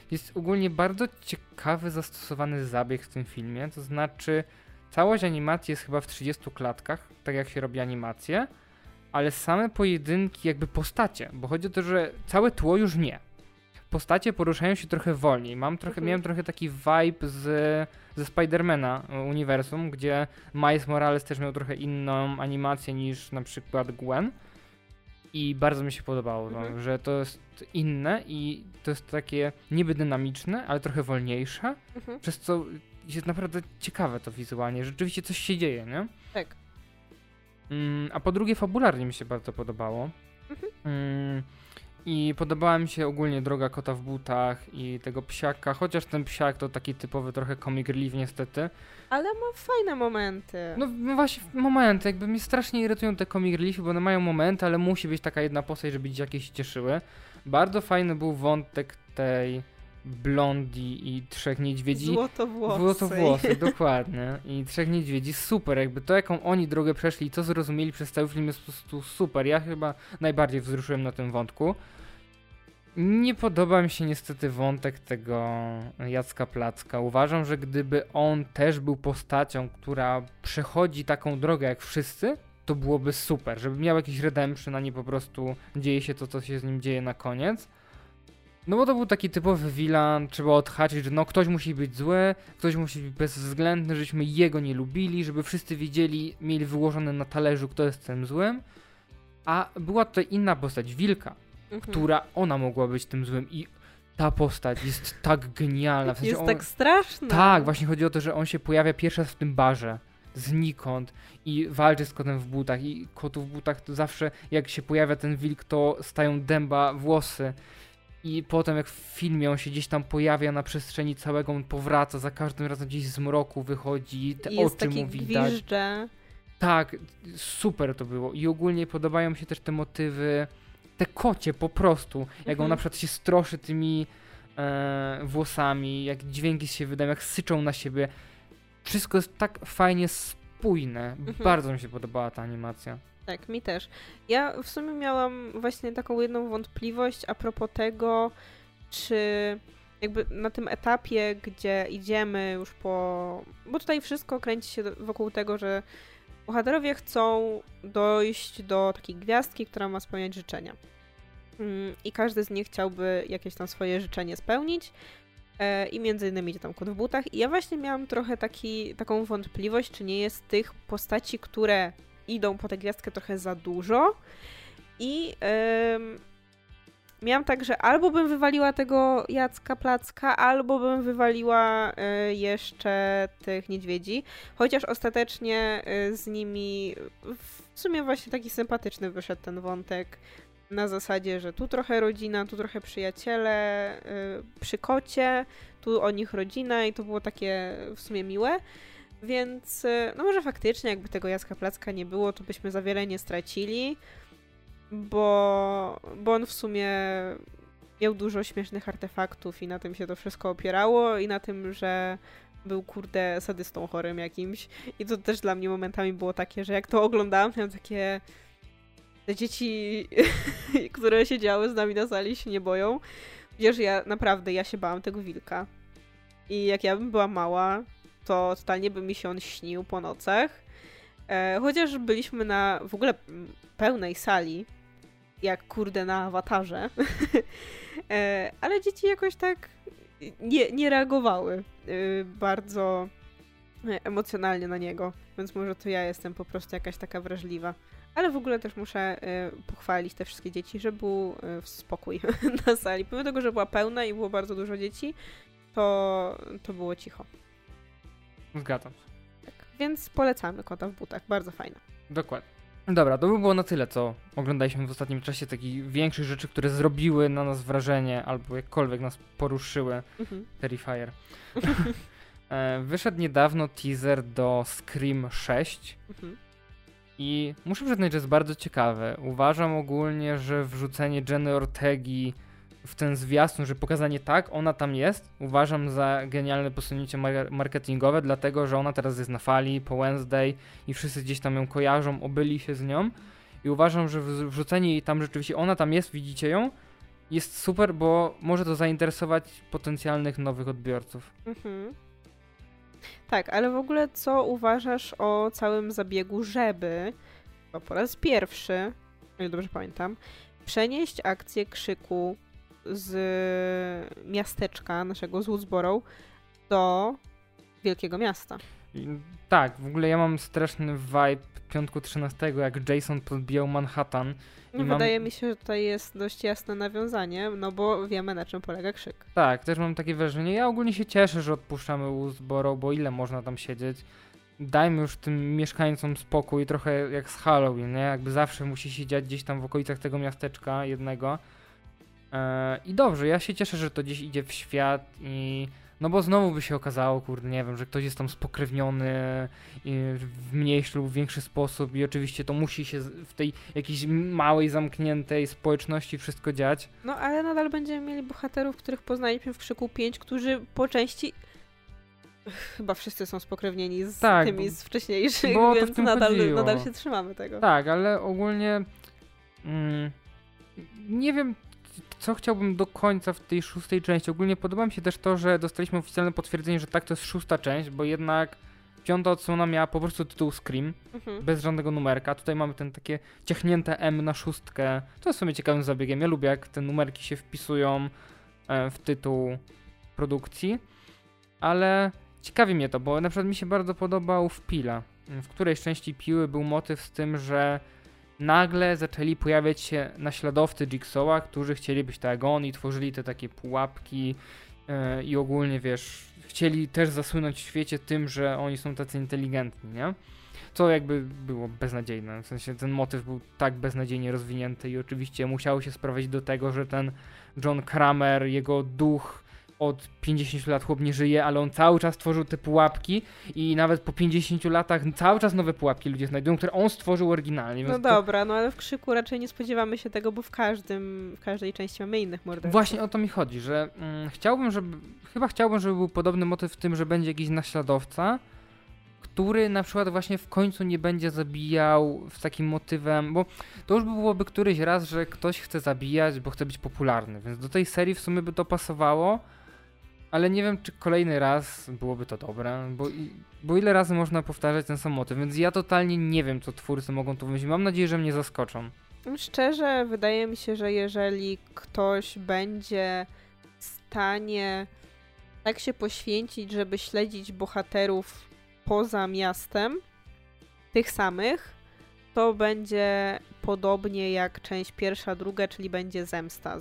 Jest ogólnie bardzo ciekawy zastosowany zabieg w tym filmie, to znaczy całość animacji jest chyba w 30 klatkach, tak jak się robi animacje, ale same pojedynki, jakby postacie, bo chodzi o to, że całe tło już nie. Postacie poruszają się trochę wolniej. Miałem trochę taki vibe ze Spidermana uniwersum, gdzie Miles Morales też miał trochę inną animację niż na przykład Gwen. I bardzo mi się podobało, że to jest inne i to jest takie niby dynamiczne, ale trochę wolniejsze, przez co jest naprawdę ciekawe to wizualnie. Rzeczywiście coś się dzieje, nie? Tak. A po drugie fabularnie mi się bardzo podobało. I podobała mi się ogólnie droga kota w butach i tego psiaka, chociaż ten psiak to taki typowy trochę comic relief niestety. Ale ma fajne momenty. No właśnie momenty, jakby mnie strasznie irytują te comic reliefy, bo one mają momenty, ale musi być taka jedna postać, żeby dzieciaki się cieszyły. Bardzo fajny był wątek tej Blondie i trzech niedźwiedzi. Złotowłosy, dokładnie. I trzech niedźwiedzi, super, jakby to jaką oni drogę przeszli i co zrozumieli przez cały film jest po prostu super. Ja chyba najbardziej wzruszyłem na tym wątku. Nie podoba mi się niestety wątek tego Jacka Placka. Uważam, że gdyby on też był postacią, która przechodzi taką drogę jak wszyscy, to byłoby super, żeby miał jakiś redemption, a nie po prostu dzieje się to, co się z nim dzieje na koniec. No bo to był taki typowy villain, trzeba odhaczyć, że no ktoś musi być zły, ktoś musi być bezwzględny, żebyśmy jego nie lubili, żeby wszyscy wiedzieli, mieli wyłożone na talerzu, kto jest tym złym. A była tutaj inna postać, Wilka, która ona mogła być tym złym i ta postać jest tak genialna. W sensie jest tak straszna. Tak, właśnie chodzi o to, że on się pojawia pierwszy raz w tym barze, znikąd i walczy z kotem w butach i kotu w butach to zawsze jak się pojawia ten wilk, to stają dęba włosy. I potem jak w filmie on się gdzieś tam pojawia na przestrzeni całego, on powraca, za każdym razem gdzieś z mroku wychodzi, te jest oczy taki mu widać. Gwizdże. Tak, super to było. I ogólnie podobają mi się też te motywy, te kocie po prostu, jak on na przykład się stroszy tymi włosami, jak dźwięki się wydają, jak syczą na siebie. Wszystko jest tak fajnie spójne. Bardzo mi się podobała ta animacja. Tak, mi też. Ja w sumie miałam właśnie taką jedną wątpliwość a propos tego, czy jakby na tym etapie, gdzie idziemy już po... Bo tutaj wszystko kręci się wokół tego, że bohaterowie chcą dojść do takiej gwiazdki, która ma spełniać życzenia. I każdy z nich chciałby jakieś tam swoje życzenie spełnić. I między innymi idzie tam kot w butach. I ja właśnie miałam trochę taką wątpliwość, czy nie jest tych postaci, które idą po tę gwiazdkę trochę za dużo. I miałam tak, że albo bym wywaliła tego Jacka Placka, albo bym wywaliła jeszcze tych niedźwiedzi. Chociaż ostatecznie z nimi w sumie właśnie taki sympatyczny wyszedł ten wątek. Na zasadzie, że tu trochę rodzina, tu trochę przyjaciele przy kocie, tu o nich rodzina i to było takie w sumie miłe. Więc no może faktycznie jakby tego Jacka Placka nie było, to byśmy za wiele nie stracili, bo on w sumie miał dużo śmiesznych artefaktów i na tym się to wszystko opierało i na tym, że był kurde sadystą chorym jakimś i to też dla mnie momentami było takie, że jak to oglądałam, miałam takie... Te dzieci, które siedziały z nami na sali, się nie boją. Wiesz, ja się bałam tego wilka. I jak ja bym była mała, to totalnie by mi się on śnił po nocach. Chociaż byliśmy na w ogóle pełnej sali, jak kurde na Awatarze. Ale dzieci jakoś tak nie reagowały bardzo emocjonalnie na niego. Więc może to ja jestem po prostu jakaś taka wrażliwa. Ale w ogóle też muszę pochwalić te wszystkie dzieci, że był spokój na sali. Pomimo tego, że była pełna i było bardzo dużo dzieci, to było cicho. Zgadzam się. Tak, więc polecamy Kota w butach. Bardzo fajne. Dokładnie. Dobra, to by było na tyle, co oglądaliśmy w ostatnim czasie, takich większych rzeczy, które zrobiły na nas wrażenie, albo jakkolwiek nas poruszyły. Terrifier. Wyszedł niedawno teaser do Scream 6. I muszę przyznać, że jest bardzo ciekawe. Uważam ogólnie, że wrzucenie Jenny Ortegi w ten zwiastun, że pokazanie tak, ona tam jest, uważam za genialne posunięcie marketingowe, dlatego, że ona teraz jest na fali po Wednesday i wszyscy gdzieś tam ją kojarzą, obyli się z nią i uważam, że wrzucenie jej tam rzeczywiście, ona tam jest, widzicie ją jest super, bo może to zainteresować potencjalnych nowych odbiorców. Tak, ale w ogóle co uważasz o całym zabiegu, żeby po raz pierwszy, o ile dobrze pamiętam, przenieść akcję Krzyku z miasteczka naszego, z Woodsboro, do wielkiego miasta. Tak, w ogóle ja mam straszny vibe piątku 13, jak Jason podbijał Manhattan. Wydaje mi się, że tutaj jest dość jasne nawiązanie, no bo wiemy, na czym polega Krzyk. Tak, też mam takie wrażenie. Ja ogólnie się cieszę, że odpuszczamy Woodsboro, bo ile można tam siedzieć. Dajmy już tym mieszkańcom spokój, trochę jak z Halloween, nie? Jakby zawsze musi się dziać gdzieś tam w okolicach tego miasteczka jednego. I dobrze, ja się cieszę, że to gdzieś idzie w świat i... No bo znowu by się okazało, kurde, nie wiem, że ktoś jest tam spokrewniony w mniejszy lub większy sposób i oczywiście to musi się w tej jakiejś małej, zamkniętej społeczności wszystko dziać. No ale nadal będziemy mieli bohaterów, których poznaliśmy w Krzyku 5, którzy po części... Chyba wszyscy są spokrewnieni z tymi z wcześniejszych, bo więc nadal się trzymamy tego. Tak, ale ogólnie nie wiem, co chciałbym do końca w tej 6. części. Ogólnie podoba mi się też to, że dostaliśmy oficjalne potwierdzenie, że tak, to jest 6. część, bo jednak 5. odsłona miała po prostu tytuł Scream, bez żadnego numerka. Tutaj mamy ten takie ciachnięte M na 6. To jest w sumie ciekawym zabiegiem. Ja lubię, jak te numerki się wpisują w tytuł produkcji, ale ciekawi mnie to, bo na przykład mi się bardzo podobał w Pila. W którejś części Piły był motyw z tym, że nagle zaczęli pojawiać się naśladowcy Jigsawa, którzy chcieli być tak jak on i tworzyli te takie pułapki i ogólnie, wiesz, chcieli też zasłynąć w świecie tym, że oni są tacy inteligentni, nie? Co jakby było beznadziejne, w sensie ten motyw był tak beznadziejnie rozwinięty i oczywiście musiało się sprowadzić do tego, że ten John Kramer, jego duch od 50 lat chłop nie żyje, ale on cały czas tworzył te pułapki i nawet po 50 latach cały czas nowe pułapki ludzie znajdują, które on stworzył oryginalnie. No dobra, no ale w Krzyku raczej nie spodziewamy się tego, bo w każdej części mamy innych morderców. Właśnie o to mi chodzi, że chciałbym, żeby był podobny motyw w tym, że będzie jakiś naśladowca, który na przykład właśnie w końcu nie będzie zabijał z takim motywem, bo to już byłoby któryś raz, że ktoś chce zabijać, bo chce być popularny, więc do tej serii w sumie by to pasowało, ale nie wiem, czy kolejny raz byłoby to dobre, bo ile razy można powtarzać ten sam motyw, więc ja totalnie nie wiem, co twórcy mogą tu wymyślić. Mam nadzieję, że mnie zaskoczą. Szczerze, wydaje mi się, że jeżeli ktoś będzie w stanie tak się poświęcić, żeby śledzić bohaterów poza miastem, tych samych, to będzie podobnie jak część 1, 2, czyli będzie zemsta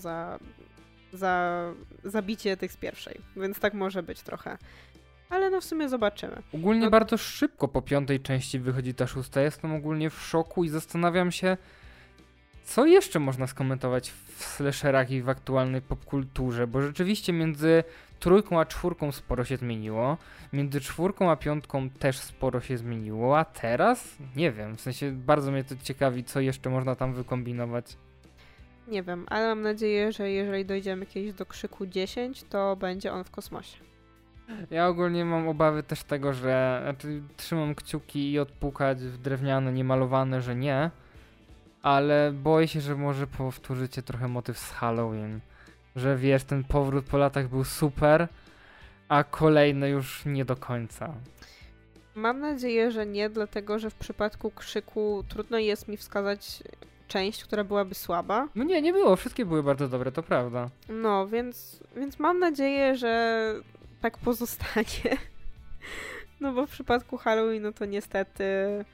za zabicie tych z pierwszej. Więc tak może być trochę. Ale no w sumie zobaczymy. Ogólnie bardzo szybko po 5. części wychodzi ta 6. Jestem ogólnie w szoku i zastanawiam się, co jeszcze można skomentować w slasherach i w aktualnej popkulturze, bo rzeczywiście między 3 a 4 sporo się zmieniło, między 4 a 5 też sporo się zmieniło, a teraz? Nie wiem, w sensie bardzo mnie to ciekawi, co jeszcze można tam wykombinować. Nie wiem, ale mam nadzieję, że jeżeli dojdziemy kiedyś do Krzyku 10, to będzie on w kosmosie. Ja ogólnie mam obawy też tego, że trzymam kciuki i odpukać w drewniane, niemalowane, że nie, ale boję się, że może powtórzycie trochę motyw z Halloween. Że wiesz, ten powrót po latach był super, a kolejny już nie do końca. Mam nadzieję, że nie, dlatego że w przypadku Krzyku trudno jest mi wskazać część, która byłaby słaba. No nie było, wszystkie były bardzo dobre, to prawda. No, więc mam nadzieję, że tak pozostanie. No bo w przypadku Halloween, no to niestety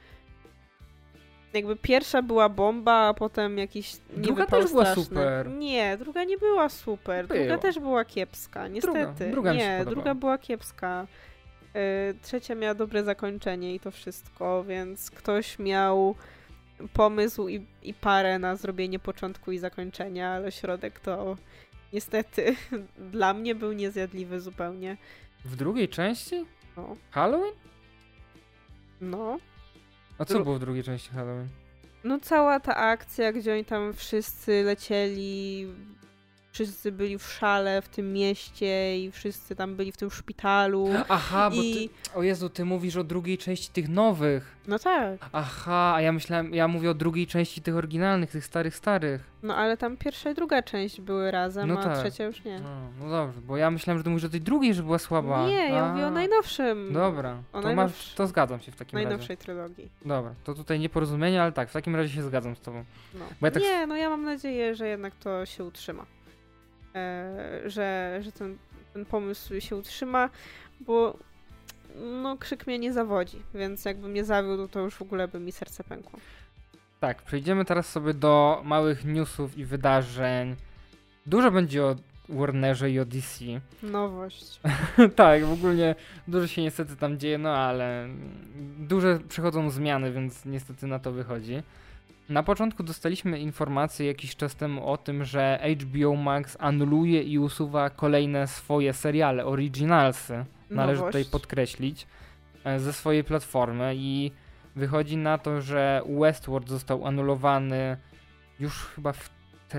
jakby pierwsza była bomba, a potem jakiś druga też była straszny. super. Nie, druga nie była super. Druga też była kiepska, niestety. Druga była kiepska. Trzecia miała dobre zakończenie i to wszystko, więc ktoś miał pomysł i parę na zrobienie początku i zakończenia, ale środek to niestety dla mnie był niezjadliwy zupełnie. W drugiej części? No. Halloween? No. A co było w drugiej części Halloween? No cała ta akcja, gdzie oni tam wszyscy lecieli wszyscy byli w szale w tym mieście i wszyscy tam byli w tym szpitalu. Aha, bo o Jezu, ty mówisz o drugiej części tych nowych. No tak. Aha, a ja mówię o drugiej części tych oryginalnych, tych starych. No ale tam pierwsza i druga część były razem, No a tak. trzecia już nie. No dobrze, bo ja myślałem, że ty mówisz o tej drugiej, że była słaba. Nie, ja mówię o najnowszym. Dobra, to zgadzam się w takim razie. Najnowszej trylogii. Dobra, to tutaj nieporozumienie, ale tak, w takim razie się zgadzam z tobą. No. Bo ja tak... Nie, no ja mam nadzieję, że jednak to się utrzyma. Że ten pomysł się utrzyma, bo no krzyk mnie nie zawodzi, więc jakby mnie zawiódł, to już w ogóle by mi serce pękło. Tak, przejdziemy teraz sobie do małych newsów i wydarzeń. Dużo będzie o Warnerze i o DC. Nowość. Tak, w ogóle dużo się niestety tam dzieje, no ale duże przychodzą zmiany, więc niestety na to wychodzi. Na początku dostaliśmy informację jakiś czas temu o tym, że HBO Max anuluje i usuwa kolejne swoje seriale, originalsy, należy tutaj podkreślić, ze swojej platformy i wychodzi na to, że Westworld został anulowany już chyba w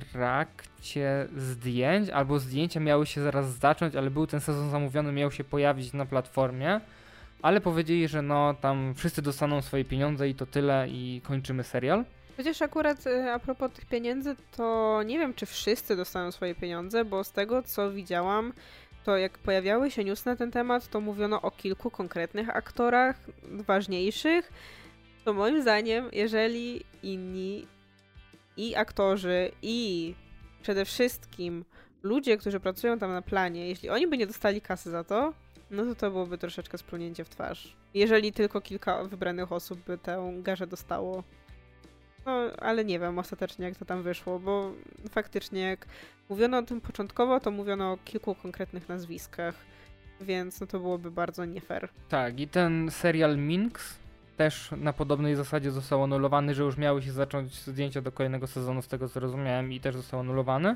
trakcie zdjęć, albo zdjęcia miały się zaraz zacząć, ale był ten sezon zamówiony, miał się pojawić na platformie, ale powiedzieli, że no tam wszyscy dostaną swoje pieniądze i to tyle i kończymy serial. Chociaż akurat a propos tych pieniędzy, to nie wiem, czy wszyscy dostaną swoje pieniądze, bo z tego, co widziałam, to jak pojawiały się news na ten temat, to mówiono o kilku konkretnych aktorach ważniejszych, to moim zdaniem, jeżeli inni i aktorzy, i przede wszystkim ludzie, którzy pracują tam na planie, jeśli oni by nie dostali kasy za to, no to byłoby troszeczkę splunięcie w twarz. Jeżeli tylko kilka wybranych osób by tę garzę dostało. No, ale nie wiem ostatecznie, jak to tam wyszło, bo faktycznie jak mówiono o tym początkowo, to mówiono o kilku konkretnych nazwiskach, więc no to byłoby bardzo nie fair. Tak, i ten serial Minx też na podobnej zasadzie został anulowany, że już miały się zacząć zdjęcia do kolejnego sezonu, z tego co rozumiałem, i też został anulowany.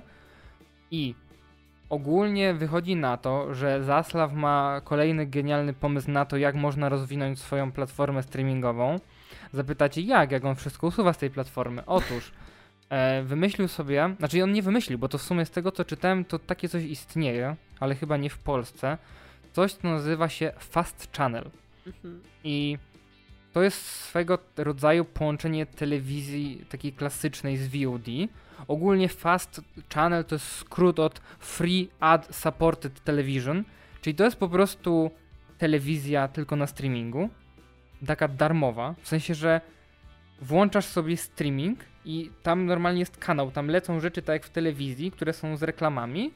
I ogólnie wychodzi na to, że Zaslav ma kolejny genialny pomysł na to, jak można rozwinąć swoją platformę streamingową. Zapytacie jak on wszystko usuwa z tej platformy? Otóż wymyślił sobie, znaczy on nie wymyślił, bo to w sumie z tego co czytałem, to takie coś istnieje, ale chyba nie w Polsce. Coś, co nazywa się Fast Channel. I to jest swego rodzaju połączenie telewizji takiej klasycznej z VOD. Ogólnie Fast Channel to jest skrót od Free Ad Supported Television, czyli to jest po prostu telewizja tylko na streamingu. Taka darmowa, w sensie, że włączasz sobie streaming i tam normalnie jest kanał, tam lecą rzeczy tak jak w telewizji, które są z reklamami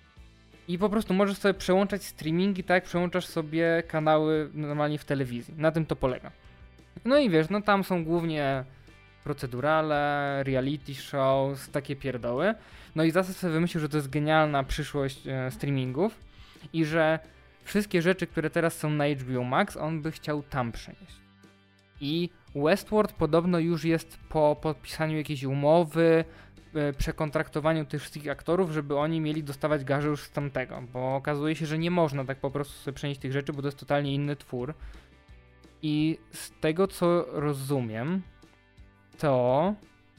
i po prostu możesz sobie przełączać streamingi tak jak przełączasz sobie kanały normalnie w telewizji. Na tym to polega. No i wiesz, no tam są głównie procedurale, reality shows, takie pierdoły. No i Zasad sobie wymyślił, że to jest genialna przyszłość streamingów i że wszystkie rzeczy, które teraz są na HBO Max, on by chciał tam przenieść. I Westworld podobno już jest po podpisaniu jakiejś umowy, przekontraktowaniu tych wszystkich aktorów, żeby oni mieli dostawać gaże już z tamtego, bo okazuje się, że nie można tak po prostu sobie przenieść tych rzeczy, bo to jest totalnie inny twór. I z tego co rozumiem, to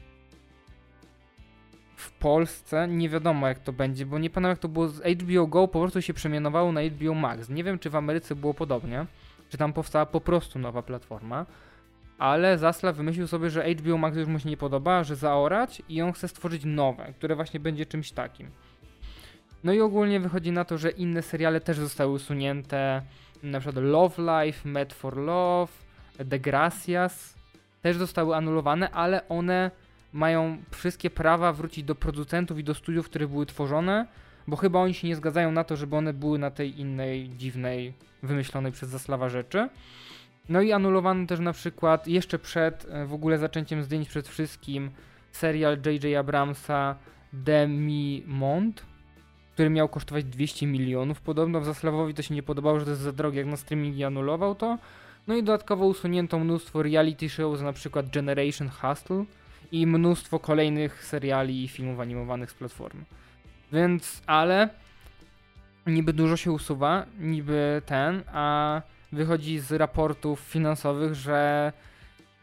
w Polsce nie wiadomo jak to będzie, bo nie pamiętam jak to było z HBO Go, po prostu się przemianowało na HBO Max. Nie wiem czy w Ameryce było podobnie, czy tam powstała po prostu nowa platforma, ale Zaslav wymyślił sobie, że HBO Max już mu się nie podoba, że zaorać i on chce stworzyć nowe, które właśnie będzie czymś takim. No i ogólnie wychodzi na to, że inne seriale też zostały usunięte, na przykład Love Life, Mad for Love, The Gracias też zostały anulowane, ale one mają wszystkie prawa wrócić do producentów i do studiów, które były tworzone, bo chyba oni się nie zgadzają na to, żeby one były na tej innej, dziwnej, wymyślonej przez Zaslava rzeczy. No i anulowano też na przykład jeszcze przed w ogóle zaczęciem zdjęć przed wszystkim serial J.J. Abramsa Demi Monde, który miał kosztować 200 milionów. Podobno Zaslavowi to się nie podobało, że to jest za drogie, jak na streaming i anulował to. No i dodatkowo usunięto mnóstwo reality shows, na przykład Generation Hustle i mnóstwo kolejnych seriali i filmów animowanych z platformy. Więc, ale niby dużo się usuwa, niby a wychodzi z raportów finansowych, że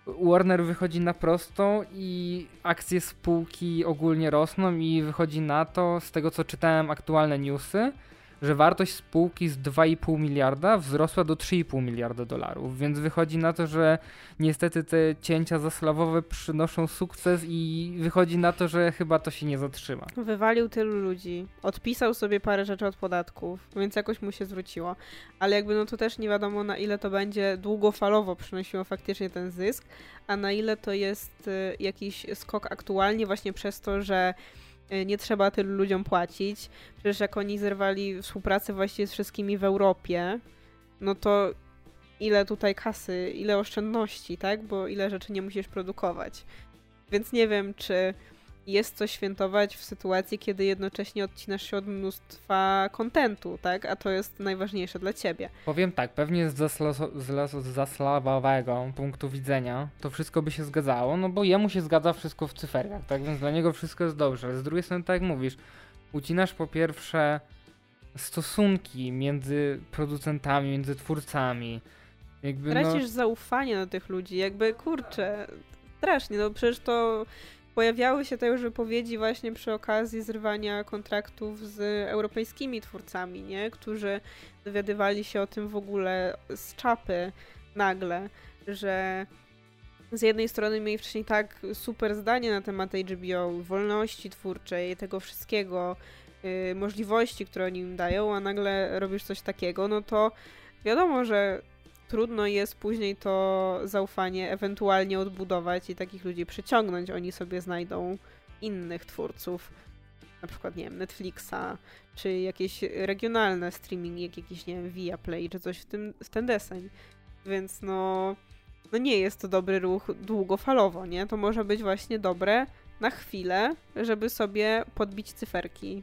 Warner wychodzi na prostą i akcje spółki ogólnie rosną i wychodzi na to, z tego co czytałem aktualne newsy, że wartość spółki z 2,5 miliarda wzrosła do 3,5 miliarda dolarów, więc wychodzi na to, że niestety te cięcia zaslawowe przynoszą sukces i wychodzi na to, że chyba to się nie zatrzyma. Wywalił tylu ludzi, odpisał sobie parę rzeczy od podatków, więc jakoś mu się zwróciło. Ale jakby no to też nie wiadomo, na ile to będzie długofalowo przynosiło faktycznie ten zysk, a na ile to jest jakiś skok aktualnie właśnie przez to, że nie trzeba tylu ludziom płacić. Przecież jak oni zerwali współpracę właściwie z wszystkimi w Europie, no to ile tutaj kasy, ile oszczędności, tak? Bo ile rzeczy nie musisz produkować. Więc nie wiem, czy jest co świętować w sytuacji, kiedy jednocześnie odcinasz się od mnóstwa kontentu, tak? A to jest najważniejsze dla ciebie. Powiem tak, pewnie z zaslawowego punktu widzenia to wszystko by się zgadzało, no bo jemu się zgadza wszystko w cyferkach, tak? Więc dla niego wszystko jest dobrze. Ale z drugiej strony, tak jak mówisz, ucinasz po pierwsze stosunki między producentami, między twórcami. Jakby, Tracisz zaufanie do tych ludzi, jakby kurczę, strasznie, no przecież to pojawiały się te już wypowiedzi właśnie przy okazji zrywania kontraktów z europejskimi twórcami, nie? Którzy dowiadywali się o tym w ogóle z czapy nagle, że z jednej strony mieli wcześniej tak super zdanie na temat HBO, wolności twórczej, tego wszystkiego, możliwości, które oni im dają, a nagle robisz coś takiego, no to wiadomo, że trudno jest później to zaufanie ewentualnie odbudować i takich ludzi przyciągnąć. Oni sobie znajdą innych twórców, na przykład, nie wiem, Netflixa, czy jakieś regionalne streamingi, jak jakiś, nie wiem, Viaplay, czy coś w ten deseń. Więc no nie jest to dobry ruch długofalowo, nie? To może być właśnie dobre na chwilę, żeby sobie podbić cyferki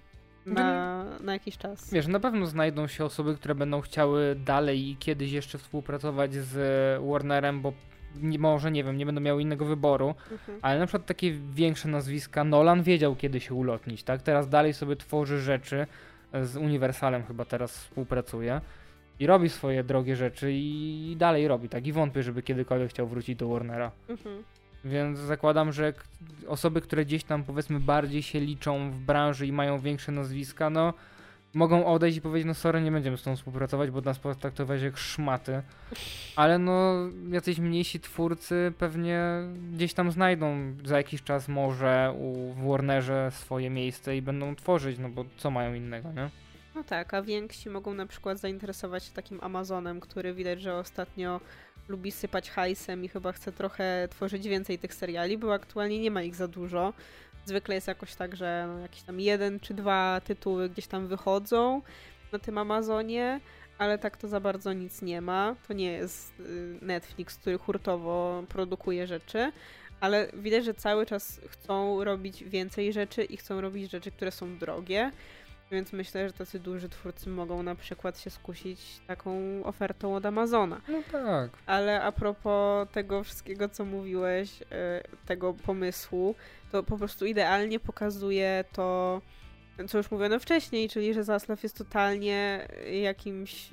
na jakiś czas. Wiesz, na pewno znajdą się osoby, które będą chciały dalej i kiedyś jeszcze współpracować z Warnerem, bo może, nie wiem, nie będą miały innego wyboru, ale na przykład takie większe nazwiska, Nolan wiedział kiedy się ulotnić, tak? Teraz dalej sobie tworzy rzeczy, z Universalem chyba teraz współpracuje i robi swoje drogie rzeczy i dalej robi, tak? I wątpię, żeby kiedykolwiek chciał wrócić do Warnera. Więc zakładam, że osoby, które gdzieś tam powiedzmy bardziej się liczą w branży i mają większe nazwiska, no mogą odejść i powiedzieć, no sorry, nie będziemy z tą współpracować, bo nas potraktować jak szmaty. Ale no jacyś mniejsi twórcy pewnie gdzieś tam znajdą za jakiś czas może w Warnerze swoje miejsce i będą tworzyć, no bo co mają innego, nie? No tak, a więksi mogą na przykład zainteresować się takim Amazonem, który widać, że ostatnio lubi sypać hajsem i chyba chce trochę tworzyć więcej tych seriali, bo aktualnie nie ma ich za dużo. Zwykle jest jakoś tak, że no, jakieś tam 1 czy 2 tytuły gdzieś tam wychodzą na tym Amazonie, ale tak to za bardzo nic nie ma. To nie jest Netflix, który hurtowo produkuje rzeczy, ale widać, że cały czas chcą robić więcej rzeczy i chcą robić rzeczy, które są drogie. Więc myślę, że tacy duży twórcy mogą na przykład się skusić taką ofertą od Amazona. No tak. Ale a propos tego wszystkiego, co mówiłeś, tego pomysłu, to po prostu idealnie pokazuje to, co już mówiono wcześniej, czyli że Zaslav jest totalnie jakimś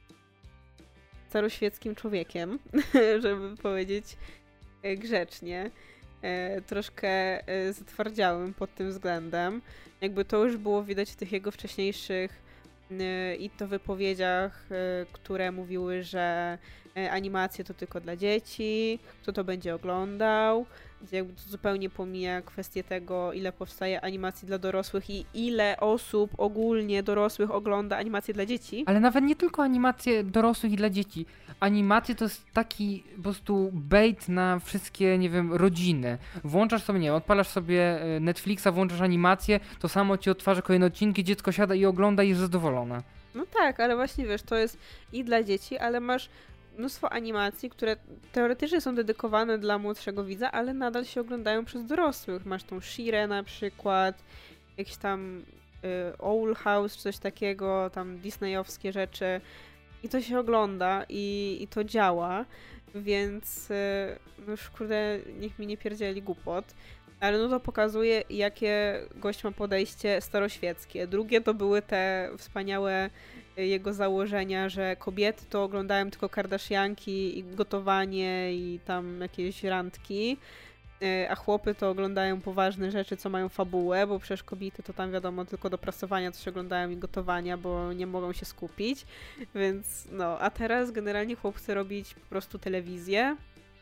staroświeckim człowiekiem, żeby powiedzieć grzecznie. Troszkę zatwardziałym pod tym względem. Jakby to już było widać w tych jego wcześniejszych i to wypowiedziach, które mówiły, że animacje to tylko dla dzieci, kto to będzie oglądał, gdzie jakby to zupełnie pomija kwestię tego, ile powstaje animacji dla dorosłych i ile osób ogólnie dorosłych ogląda animacje dla dzieci. Ale nawet nie tylko animacje dorosłych i dla dzieci. Animacje to jest taki po prostu bait na wszystkie, nie wiem, rodziny. Włączasz sobie, nie wiem, odpalasz sobie Netflixa, włączasz animację, to samo ci odtwarza kolejne odcinki, dziecko siada i ogląda i jest zadowolone. No tak, ale właśnie wiesz, to jest i dla dzieci, ale masz mnóstwo animacji, które teoretycznie są dedykowane dla młodszego widza, ale nadal się oglądają przez dorosłych. Masz tą Shirę na przykład, jakieś tam Owl House, czy coś takiego, tam disneyowskie rzeczy i to się ogląda i to działa, więc no już kurde, niech mi nie pierdzieli głupot. Ale no to pokazuje, jakie gość ma podejście staroświeckie. Drugie to były te wspaniałe jego założenia, że kobiety to oglądają tylko Kardashianki i gotowanie i tam jakieś randki, a chłopy to oglądają poważne rzeczy, co mają fabułę, bo przecież kobiety to tam wiadomo tylko do prasowania coś oglądają i gotowania, bo nie mogą się skupić, więc no, a teraz generalnie chłop chce robić po prostu telewizję,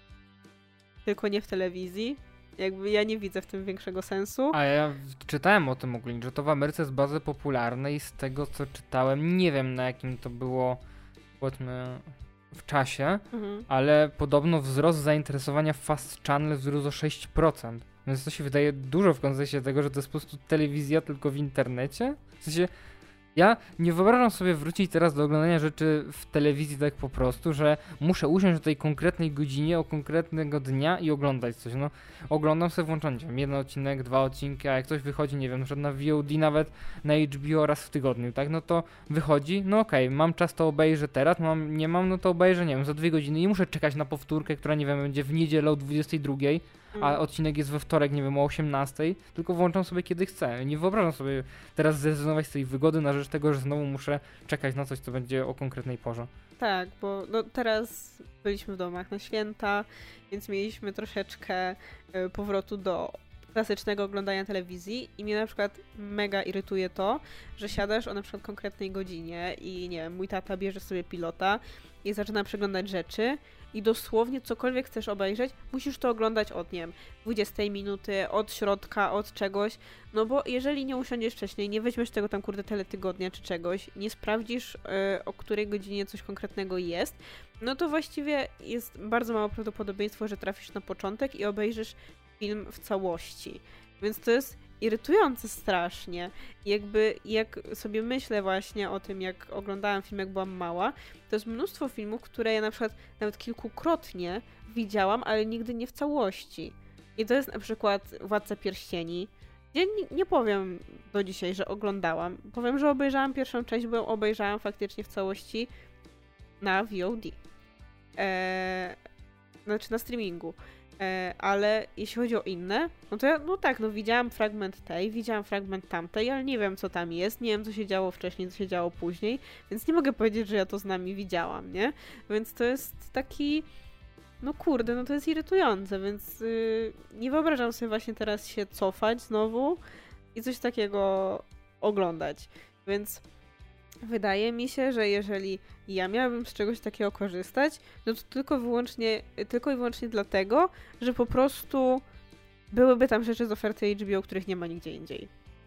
tylko nie w telewizji. Jakby ja nie widzę w tym większego sensu. A ja czytałem o tym ogólnie, że to w Ameryce jest bardzo popularne i z tego co czytałem, nie wiem na jakim to było, powiedzmy, w czasie, ale podobno wzrost zainteresowania Fast Channel wzrósł o 6%. Więc to się wydaje dużo w kontekście tego, że to jest po prostu telewizja tylko w internecie. W sensie, ja nie wyobrażam sobie wrócić teraz do oglądania rzeczy w telewizji tak po prostu, że muszę usiąść o tej konkretnej godzinie, o konkretnego dnia i oglądać coś. No, oglądam sobie włączając jeden odcinek, 2 odcinki, a jak ktoś wychodzi, nie wiem, na VOD nawet na HBO raz w tygodniu, tak? No to wychodzi, no okej, mam czas to obejrzę teraz, nie mam, no to obejrzę, nie wiem, za 2 godziny i muszę czekać na powtórkę, która, nie wiem, będzie w niedzielę o 22, a odcinek jest we wtorek, nie wiem, o 18, tylko włączam sobie kiedy chcę. Nie wyobrażam sobie teraz zrezygnować z tej wygody na rzecz tego, że znowu muszę czekać na coś, co będzie o konkretnej porze. Tak, bo no teraz byliśmy w domach na święta, więc mieliśmy troszeczkę powrotu do klasycznego oglądania telewizji i mnie na przykład mega irytuje to, że siadasz o na przykład konkretnej godzinie i nie wiem, mój tata bierze sobie pilota i zaczyna przeglądać rzeczy i dosłownie cokolwiek chcesz obejrzeć, musisz to oglądać od, nie wiem, 20 minuty, od środka, od czegoś, no bo jeżeli nie usiądziesz wcześniej, nie weźmiesz tego tam kurde teletygodnia czy czegoś, nie sprawdzisz o której godzinie coś konkretnego jest, no to właściwie jest bardzo małe prawdopodobieństwo, że trafisz na początek i obejrzysz film w całości. Więc to jest irytujące strasznie. Jakby jak sobie myślę właśnie o tym, jak oglądałam film, jak byłam mała, to jest mnóstwo filmów, które ja na przykład nawet kilkukrotnie widziałam, ale nigdy nie w całości. I to jest na przykład Władca Pierścieni. Ja nie powiem do dzisiaj, że oglądałam. Powiem, że obejrzałam pierwszą część, bo ją obejrzałam faktycznie w całości na VOD. Znaczy na streamingu. Ale jeśli chodzi o inne, no to ja, no tak, no widziałam fragment tej, widziałam fragment tamtej, ale nie wiem co tam jest, nie wiem co się działo wcześniej, co się działo później, więc nie mogę powiedzieć, że ja to z nami widziałam, nie? Więc to jest taki, no kurde, no to jest irytujące, więc nie wyobrażam sobie właśnie teraz się cofać znowu i coś takiego oglądać, więc wydaje mi się, że jeżeli ja miałabym z czegoś takiego korzystać, no to tylko i wyłącznie dlatego, że po prostu byłyby tam rzeczy z oferty HBO, których nie ma nigdzie indziej.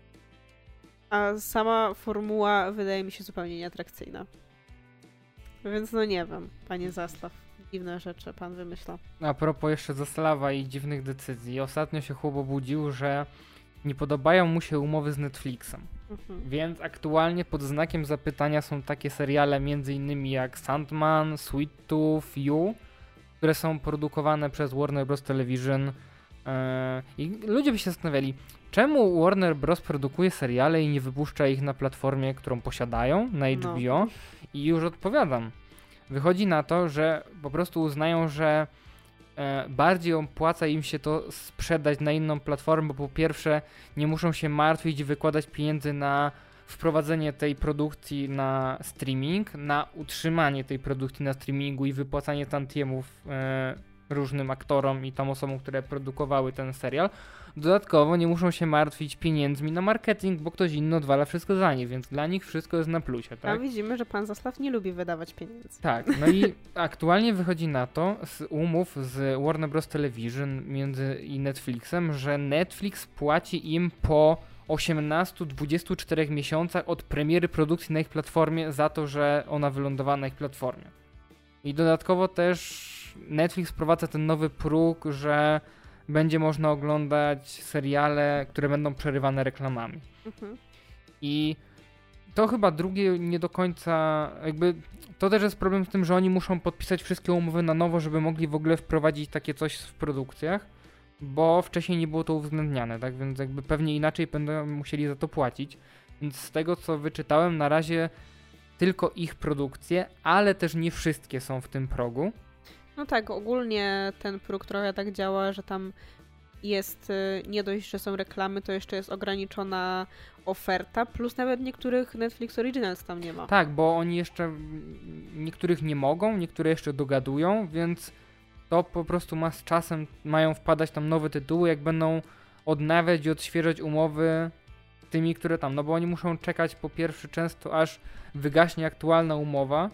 A sama formuła wydaje mi się zupełnie nieatrakcyjna. Więc no nie wiem, panie Zaslaw, dziwne rzeczy pan wymyśla. A propos jeszcze Zaslawa i dziwnych decyzji, ostatnio się chłop obudził, że nie podobają mu się umowy z Netflixem. Więc aktualnie pod znakiem zapytania są takie seriale m.in. jak Sandman, Sweet Tooth, You, które są produkowane przez Warner Bros. Television. I ludzie by się zastanawiali, czemu Warner Bros. Produkuje seriale i nie wypuszcza ich na platformie, którą posiadają, na HBO? No. I już odpowiadam. Wychodzi na to, że po prostu uznają, że bardziej opłaca im się to sprzedać na inną platformę, bo po pierwsze nie muszą się martwić i wykładać pieniędzy na wprowadzenie tej produkcji na streaming, na utrzymanie tej produkcji na streamingu i wypłacanie tantiemów różnym aktorom i tam osobom, które produkowały ten serial. Dodatkowo nie muszą się martwić pieniędzmi na marketing, bo ktoś inny odwala wszystko za nie, więc dla nich wszystko jest na plusie, tak? A widzimy, że pan Zaslaw nie lubi wydawać pieniędzy. Tak, no i aktualnie wychodzi na to z umów z Warner Bros. Television i Netflixem, że Netflix płaci im po 18-24 miesiącach od premiery produkcji na ich platformie za to, że ona wylądowała na ich platformie. I dodatkowo też Netflix wprowadza ten nowy próg, że będzie można oglądać seriale, które będą przerywane reklamami. I to chyba drugie nie do końca, jakby to też jest problem z tym, że oni muszą podpisać wszystkie umowy na nowo, żeby mogli w ogóle wprowadzić takie coś w produkcjach, bo wcześniej nie było to uwzględniane, tak? Więc jakby pewnie inaczej będą musieli za to płacić. Więc z tego co wyczytałem, na razie tylko ich produkcje, ale też nie wszystkie są w tym progu. No tak, ogólnie ten próg trochę tak działa, że tam jest nie dość, że są reklamy, to jeszcze jest ograniczona oferta, plus nawet niektórych Netflix Originals tam nie ma. Tak, bo oni jeszcze niektórych nie mogą, niektóre jeszcze dogadują, więc to po prostu ma z czasem, mają wpadać tam nowe tytuły, jak będą odnawiać i odświeżać umowy tymi, które tam, no bo oni muszą czekać po pierwsze często aż wygaśnie aktualna umowa,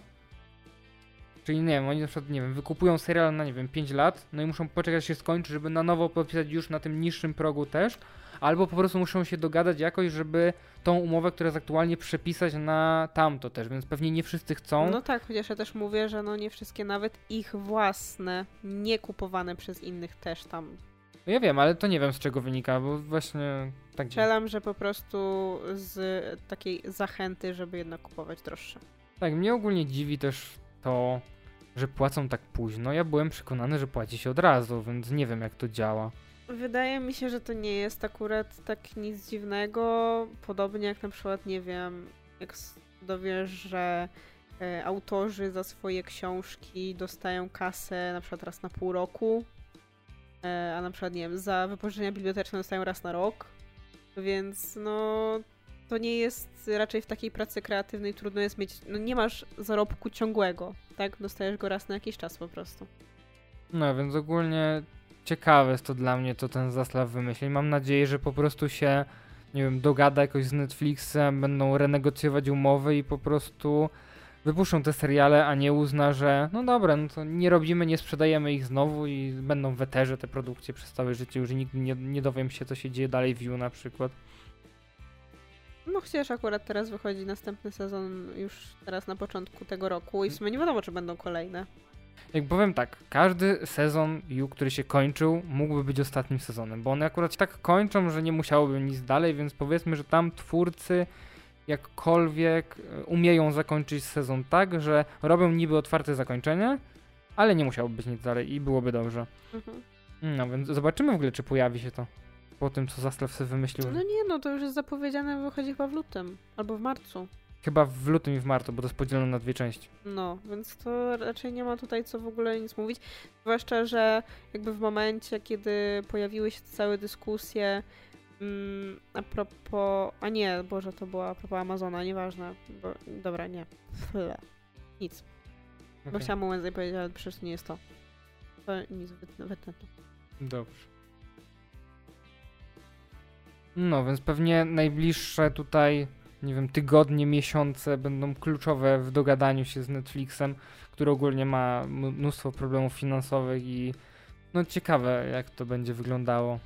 czyli nie wiem, oni na przykład, nie wiem, wykupują serial na, nie wiem, 5 lat, no i muszą poczekać, aż się skończy, żeby na nowo podpisać już na tym niższym progu też, albo po prostu muszą się dogadać jakoś, żeby tą umowę, która jest aktualnie, przepisać na tamto też, więc pewnie nie wszyscy chcą. No tak, chociaż ja też mówię, że no nie wszystkie, nawet ich własne, nie kupowane przez innych też tam. No ja wiem, ale to nie wiem z czego wynika, bo właśnie tak jest. Strzelam, że po prostu z takiej zachęty, żeby jednak kupować droższe. Tak, mnie ogólnie dziwi też to, że płacą tak późno. Ja byłem przekonany, że płaci się od razu, więc nie wiem jak to działa. Wydaje mi się, że to nie jest akurat tak nic dziwnego. Podobnie jak na przykład, nie wiem, jak dowiesz, że autorzy za swoje książki dostają kasę na przykład raz na pół roku, a na przykład, nie wiem, za wypożyczenia biblioteczne dostają raz na rok, więc no to nie jest raczej w takiej pracy kreatywnej, trudno jest mieć, no nie masz zarobku ciągłego, tak? Dostajesz go raz na jakiś czas po prostu. No więc ogólnie ciekawe jest to dla mnie, co ten Zaslav wymyśli. Mam nadzieję, że po prostu się, nie wiem, dogada jakoś z Netflixem, będą renegocjować umowy i po prostu wypuszczą te seriale, a nie uzna, że no dobra, no to nie robimy, nie sprzedajemy ich znowu i będą w eterze te produkcje przez całe życie, już nigdy nie dowiem się, co się dzieje dalej w You na przykład. No chociaż akurat teraz wychodzi następny sezon już teraz na początku tego roku i w sumie nie wiadomo, czy będą kolejne. Jak powiem tak, każdy sezon You, który się kończył, mógłby być ostatnim sezonem, bo one akurat się tak kończą, że nie musiałoby nic dalej, więc powiedzmy, że tam twórcy jakkolwiek umieją zakończyć sezon tak, że robią niby otwarte zakończenie, ale nie musiałoby być nic dalej i byłoby dobrze. Mhm. No więc zobaczymy w ogóle, czy pojawi się to po tym, co Zaslav sobie wymyślił. No nie, no to już jest zapowiedziane, wychodzi chyba w lutym albo w marcu. Chyba w lutym i w marcu, bo to jest podzielone na 2 części. No, więc to raczej nie ma tutaj co w ogóle nic mówić. Zwłaszcza, że jakby w momencie, kiedy pojawiły się te całe dyskusje a propos... A nie, Boże, to była a propos Amazona, nieważne. Bo, dobra, nie. Nic. Bo Okay. chciałam mu Wednesday powiedzieć, ale przecież nie jest to. To nic, wytnę to. Dobrze. No, więc pewnie najbliższe tutaj, nie wiem, tygodnie, miesiące będą kluczowe w dogadaniu się z Netflixem, który ogólnie ma mnóstwo problemów finansowych i no ciekawe jak to będzie wyglądało.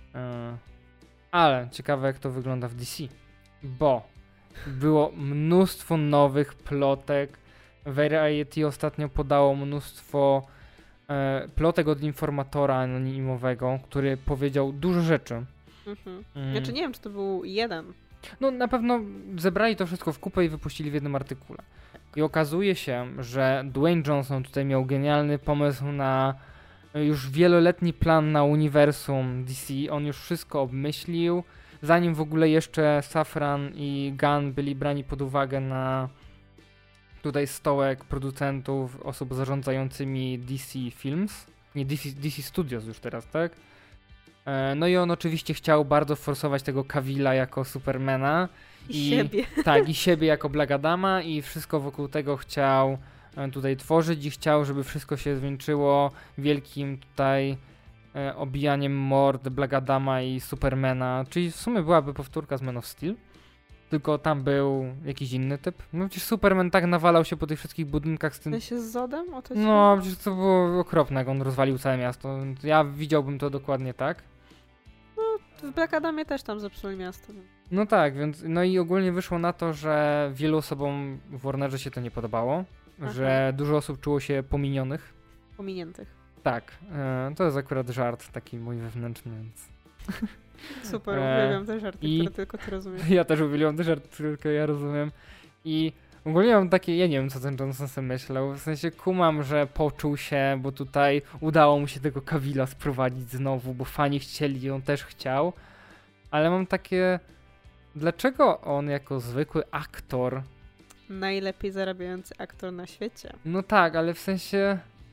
Ale ciekawe jak to wygląda w DC, bo było mnóstwo nowych plotek. Variety ostatnio podało mnóstwo plotek od informatora anonimowego, który powiedział dużo rzeczy. Mhm. Znaczy nie wiem, czy to był jeden. No na pewno zebrali to wszystko w kupę i wypuścili w jednym artykule. I okazuje się, że Dwayne Johnson tutaj miał genialny pomysł na już wieloletni plan na uniwersum DC. On już wszystko obmyślił, zanim w ogóle jeszcze Safran i Gunn byli brani pod uwagę na tutaj stołek producentów, osób zarządzającymi DC Films. Nie, DC Studios już teraz, tak? No i on oczywiście chciał bardzo forsować tego Cavilla jako Supermana. I siebie. Tak, i siebie jako Black Adama i wszystko wokół tego chciał tutaj tworzyć i chciał, żeby wszystko się zwieńczyło wielkim tutaj obijaniem mord Black Adama i Supermana, czyli w sumie byłaby powtórka z Man of Steel, tylko tam był jakiś inny typ. No przecież Superman tak nawalał się po tych wszystkich budynkach z tym... Ja się z Zodem? O to się... No przecież to było okropne, jak on rozwalił całe miasto. Ja widziałbym to dokładnie tak. W Black Adamie też tam zepsuli miasto. No tak, więc no i ogólnie wyszło na to, że wielu osobom w Warnerze się to nie podobało, że dużo osób czuło się pominionych. Pominiętych. Tak, to jest akurat żart taki mój wewnętrzny, więc... Super, uwielbiam te żarty, które tylko ty rozumiesz. Ja też uwielbiam te żarty, które tylko ja rozumiem. I ogólnie mam takie, ja nie wiem co ten Johnson sobie myślał, w sensie kumam, że poczuł się, bo tutaj udało mu się tego Cavilla sprowadzić znowu, bo fani chcieli i on też chciał, ale mam takie, dlaczego on jako zwykły aktor... Najlepiej zarabiający aktor na świecie. No tak, ale w sensie...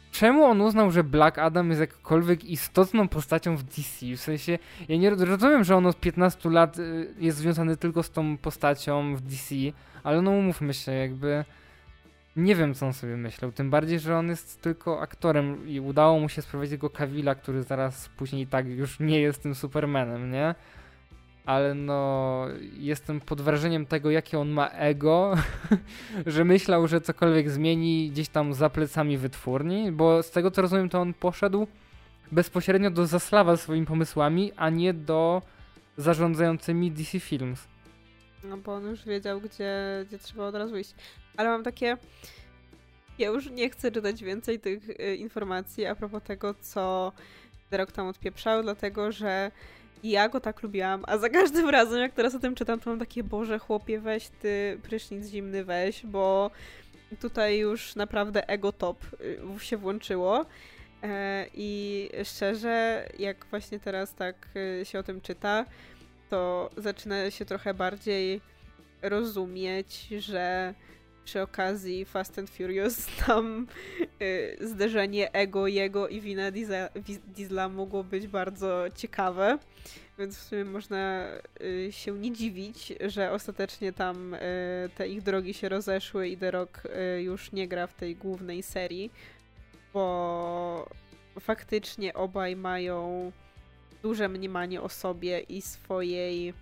czemu on uznał, że Black Adam jest jakkolwiek istotną postacią w DC? W sensie, ja nie rozumiem, że on od 15 lat jest związany tylko z tą postacią w DC, ale no umówmy się, jakby nie wiem, co on sobie myślał. Tym bardziej, że on jest tylko aktorem i udało mu się sprowadzić tego Cavilla, który zaraz później i tak już nie jest tym Supermanem, nie? Ale no, jestem pod wrażeniem tego, jakie on ma ego, że myślał, że cokolwiek zmieni gdzieś tam za plecami wytwórni, bo z tego co rozumiem, to on poszedł bezpośrednio do Zaslawa swoimi pomysłami, a nie do zarządzającymi DC Films. No bo on już wiedział, gdzie trzeba od razu iść. Ale mam takie... Ja już nie chcę czytać więcej tych informacji a propos tego, co The Rock tam odpieprzał, dlatego że ja go tak lubiłam, a za każdym razem, jak teraz o tym czytam, to mam takie, Boże, chłopie, weź ty prysznic zimny weź, bo tutaj już naprawdę ego top się włączyło. I szczerze, jak właśnie teraz tak się o tym czyta, to zaczyna się trochę bardziej rozumieć, że przy okazji Fast and Furious tam zderzenie ego jego i Vina Diesla mogło być bardzo ciekawe, więc w sumie można się nie dziwić, że ostatecznie tam te ich drogi się rozeszły i The Rock już nie gra w tej głównej serii, bo faktycznie obaj mają duże mniemanie o sobie i swojej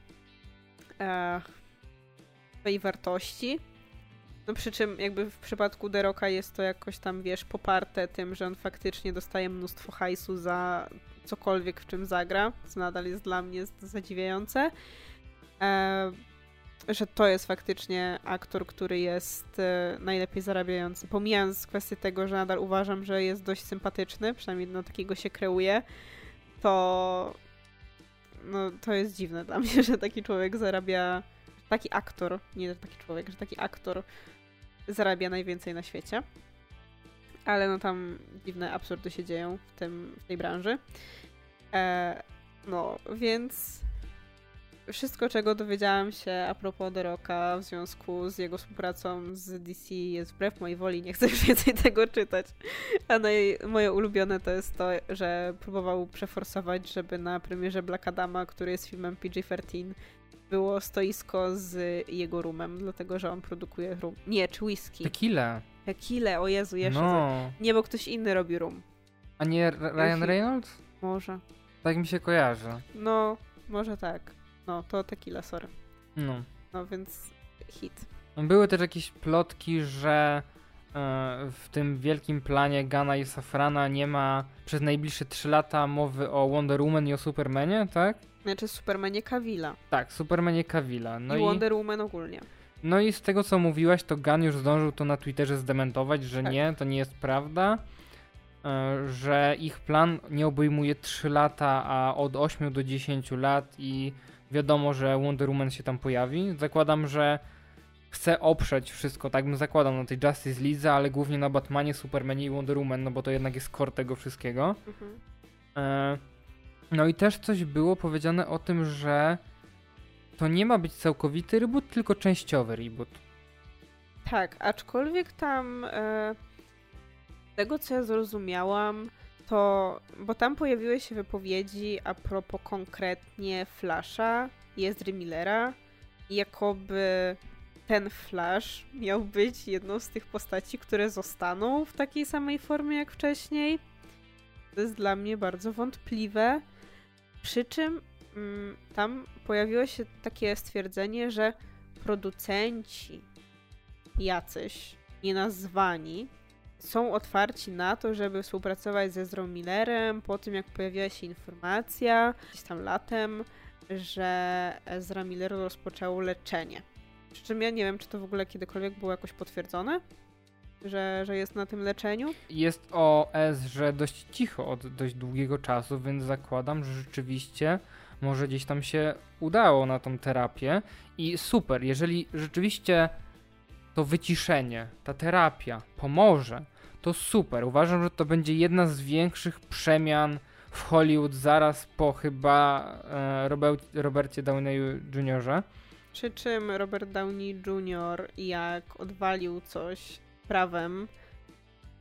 wartości. No przy czym jakby w przypadku The Rocka jest to jakoś tam, wiesz, poparte tym, że on faktycznie dostaje mnóstwo hajsu za cokolwiek, w czym zagra, co nadal jest dla mnie zadziwiające. Że to jest faktycznie aktor, który jest najlepiej zarabiający. Pomijając kwestię tego, że nadal uważam, że jest dość sympatyczny, przynajmniej no takiego się kreuje, to no to jest dziwne dla mnie, że taki człowiek zarabia, taki aktor, nie taki człowiek, że taki aktor zarabia najwięcej na świecie. Ale no tam dziwne absurdy się dzieją w tej branży. No, więc wszystko, czego dowiedziałam się a propos The Rocka w związku z jego współpracą z DC jest wbrew mojej woli, nie chcę już więcej tego czytać. A moje ulubione to jest to, że próbował przeforsować, żeby na premierze Black Adama, który jest filmem PG-13, było stoisko z jego rumem, dlatego że on produkuje rum. Nie, czy whisky. Tequilę, o Jezu, jeszcze. No. Nie, bo ktoś inny robi rum. A nie Ryan Reynolds? Może. Tak mi się kojarzy. No, może tak. No, to tequila, sorry. No, więc hit. Były też jakieś plotki, że w tym wielkim planie Gana i Safrana nie ma przez najbliższe 3 lata mowy o Wonder Woman i o Supermanie, tak? Znaczy Supermanie Cavilla. Tak, Supermanie Cavilla. No i Wonder Woman ogólnie. No i z tego, co mówiłaś, to Gunn już zdążył to na Twitterze zdementować, że tak. Nie, to nie jest prawda, że ich plan nie obejmuje 3 lata, a od 8 do 10 lat i wiadomo, że Wonder Woman się tam pojawi. Zakładam, że chce oprzeć wszystko, tak bym zakładał, na tej Justice League, ale głównie na Batmanie, Supermanie i Wonder Woman, no bo to jednak jest core tego wszystkiego. No i też coś było powiedziane o tym, że to nie ma być całkowity reboot, tylko częściowy reboot. Tak, aczkolwiek tam z tego, co ja zrozumiałam, to, bo tam pojawiły się wypowiedzi a propos konkretnie Flasha i Ezry Millera, jakoby ten Flash miał być jedną z tych postaci, które zostaną w takiej samej formie jak wcześniej. To jest dla mnie bardzo wątpliwe. Przy czym tam pojawiło się takie stwierdzenie, że producenci jacyś nienazwani są otwarci na to, żeby współpracować ze Ezrą Millerem po tym, jak pojawiła się informacja gdzieś tam latem, że Ezra Miller rozpoczął leczenie. Przy czym ja nie wiem, czy to w ogóle kiedykolwiek było jakoś potwierdzone, że jest na tym leczeniu. Jest o Ezrze dość cicho od dość długiego czasu, więc zakładam, że rzeczywiście może gdzieś tam się udało na tą terapię i super, jeżeli rzeczywiście to wyciszenie, ta terapia pomoże, to super. Uważam, że to będzie jedna z większych przemian w Hollywood zaraz po chyba Robercie Downey Jr. Przy czym Robert Downey Jr. jak odwalił coś prawem,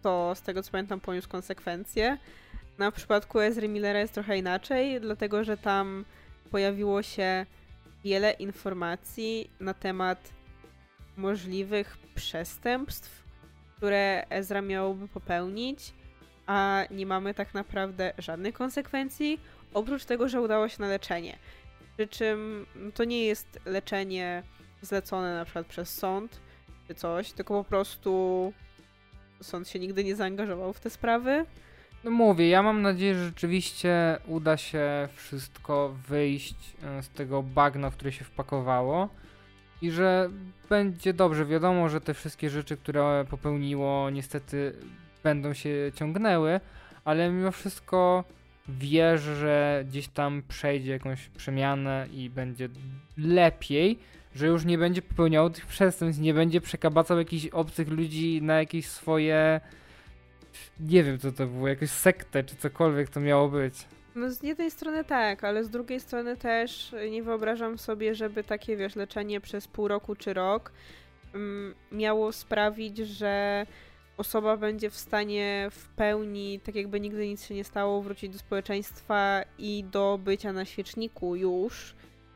to z tego co pamiętam poniósł konsekwencje. W przypadku Ezry Millera jest trochę inaczej, dlatego że tam pojawiło się wiele informacji na temat możliwych przestępstw, które Ezra miałby popełnić, a nie mamy tak naprawdę żadnych konsekwencji, oprócz tego, że udało się na leczenie. Przy czym to nie jest leczenie zlecone na przykład przez sąd czy coś, tylko po prostu sąd się nigdy nie zaangażował w te sprawy. No mówię, ja mam nadzieję, że rzeczywiście uda się wszystko wyjść z tego bagna, w które się wpakowało i że będzie dobrze. Wiadomo, że te wszystkie rzeczy, które popełniło, niestety będą się ciągnęły, ale mimo wszystko wierzę, że gdzieś tam przejdzie jakąś przemianę i będzie lepiej, że już nie będzie popełniał tych przestępstw, nie będzie przekabacał jakichś obcych ludzi na jakieś swoje, nie wiem co to było, jakąś sektę czy cokolwiek to miało być. No z jednej strony tak, ale z drugiej strony też nie wyobrażam sobie, żeby takie, wiesz, leczenie przez pół roku czy rok miało sprawić, że osoba będzie w stanie w pełni, tak jakby nigdy nic się nie stało, wrócić do społeczeństwa i do bycia na świeczniku już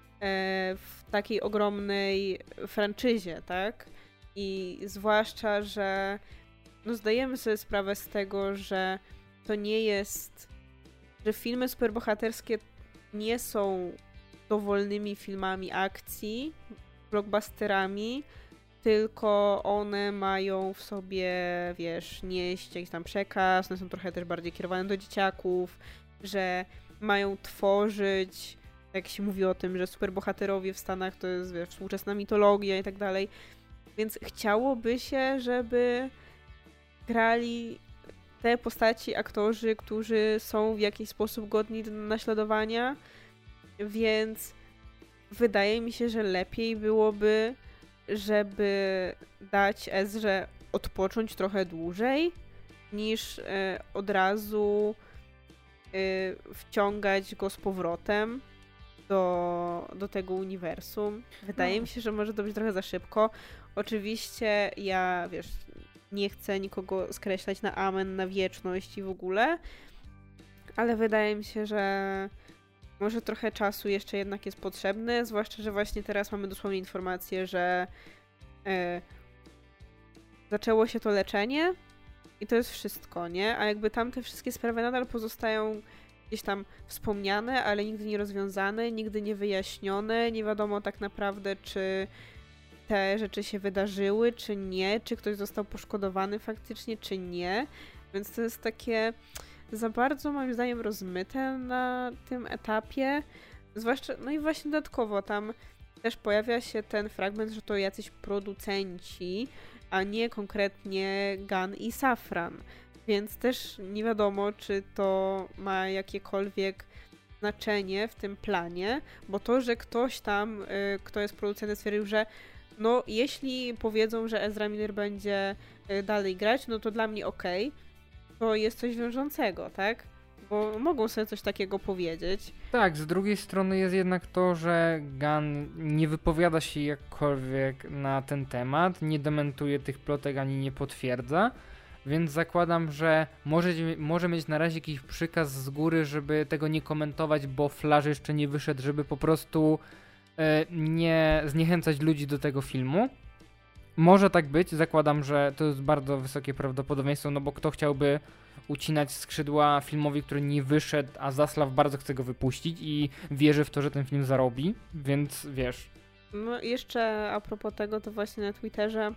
w takiej ogromnej franczyzie, tak? I zwłaszcza, że no zdajemy sobie sprawę z tego, że to nie jest, że filmy superbohaterskie nie są dowolnymi filmami akcji, blockbusterami, tylko one mają w sobie, wiesz, nieść jakiś tam przekaz, one są trochę też bardziej kierowane do dzieciaków, że mają tworzyć, jak się mówi o tym, że superbohaterowie w Stanach to jest, wiesz, współczesna mitologia i tak dalej. Więc chciałoby się, żeby grali te postaci, aktorzy, którzy są w jakiś sposób godni do naśladowania, więc wydaje mi się, że lepiej byłoby, żeby dać Ezrze odpocząć trochę dłużej, niż od razu wciągać go z powrotem do tego uniwersum. Wydaje mi się, że może to być trochę za szybko. Oczywiście ja, wiesz, nie chcę nikogo skreślać na amen, na wieczność i w ogóle, ale wydaje mi się, że może trochę czasu jeszcze jednak jest potrzebny, zwłaszcza, że właśnie teraz mamy dosłownie informację, że zaczęło się to leczenie i to jest wszystko, nie? A jakby tam te wszystkie sprawy nadal pozostają gdzieś tam wspomniane, ale nigdy nie rozwiązane, nigdy nie wyjaśnione, nie wiadomo tak naprawdę, czy te rzeczy się wydarzyły, czy nie, czy ktoś został poszkodowany faktycznie, czy nie, więc to jest takie za bardzo moim zdaniem rozmyte na tym etapie, zwłaszcza, no i właśnie dodatkowo tam też pojawia się ten fragment, że to jacyś producenci, a nie konkretnie Gunn i Safran, więc też nie wiadomo, czy to ma jakiekolwiek znaczenie w tym planie, bo to, że ktoś tam, kto jest producentem, stwierdził, że no jeśli powiedzą, że Ezra Miller będzie dalej grać, no to dla mnie okej, to jest coś wiążącego, tak? Bo mogą sobie coś takiego powiedzieć. Tak, z drugiej strony jest jednak to, że Gunn nie wypowiada się jakkolwiek na ten temat, nie dementuje tych plotek ani nie potwierdza, więc zakładam, że może mieć na razie jakiś przykaz z góry, żeby tego nie komentować, bo Flash jeszcze nie wyszedł, żeby po prostu nie zniechęcać ludzi do tego filmu. Może tak być, zakładam, że to jest bardzo wysokie prawdopodobieństwo, no bo kto chciałby ucinać skrzydła filmowi, który nie wyszedł, a Zaslav bardzo chce go wypuścić i wierzy w to, że ten film zarobi, więc wiesz. No jeszcze a propos tego, to właśnie na Twitterze,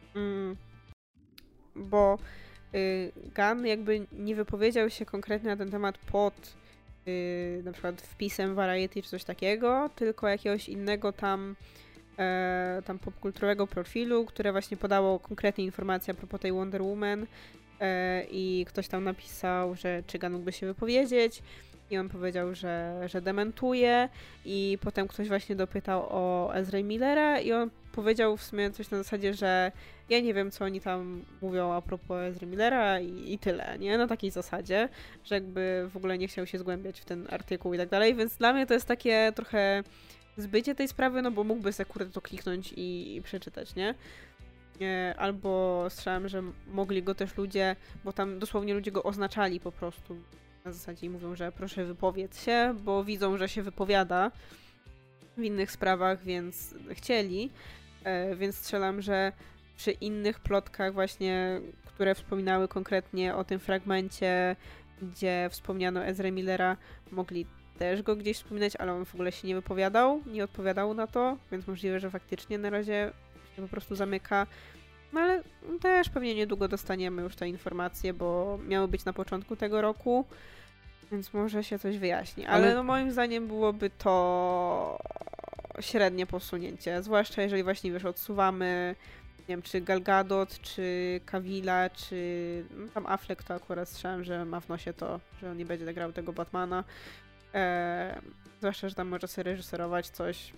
bo Gunn jakby nie wypowiedział się konkretnie na ten temat pod na przykład wpisem Variety czy coś takiego, tylko jakiegoś innego tam popkulturowego profilu, które właśnie podało konkretnie informacje a propos tej Wonder Woman i ktoś tam napisał, że czy Gunn mógłby się wypowiedzieć i on powiedział, że dementuje i potem ktoś właśnie dopytał o Ezra Millera i on powiedział w sumie coś na zasadzie, że ja nie wiem, co oni tam mówią a propos Ezra Millera i tyle, nie? Na takiej zasadzie, że jakby w ogóle nie chciał się zgłębiać w ten artykuł i tak dalej, więc dla mnie to jest takie trochę zbycie tej sprawy, no bo mógłby sobie kurde to kliknąć i przeczytać, nie? albo słyszałam, że mogli go też ludzie, bo tam dosłownie ludzie go oznaczali po prostu na zasadzie i mówią, że proszę wypowiedz się, bo widzą, że się wypowiada w innych sprawach, więc chcieli, więc strzelam, że przy innych plotkach właśnie, które wspominały konkretnie o tym fragmencie, gdzie wspomniano Ezra Millera, mogli też go gdzieś wspominać, ale on w ogóle się nie wypowiadał, nie odpowiadał na to, więc możliwe, że faktycznie na razie się po prostu zamyka. No ale też pewnie niedługo dostaniemy już te informacje, bo miały być na początku tego roku, więc może się coś wyjaśni. Ale no moim zdaniem byłoby to średnie posunięcie, zwłaszcza jeżeli właśnie wiesz, odsuwamy nie wiem, czy Gal Gadot, czy Cavilla, czy no, tam Affleck to akurat słyszałem, że ma w nosie to, że on nie będzie grał tego Batmana. Zwłaszcza, że tam może sobie reżyserować coś.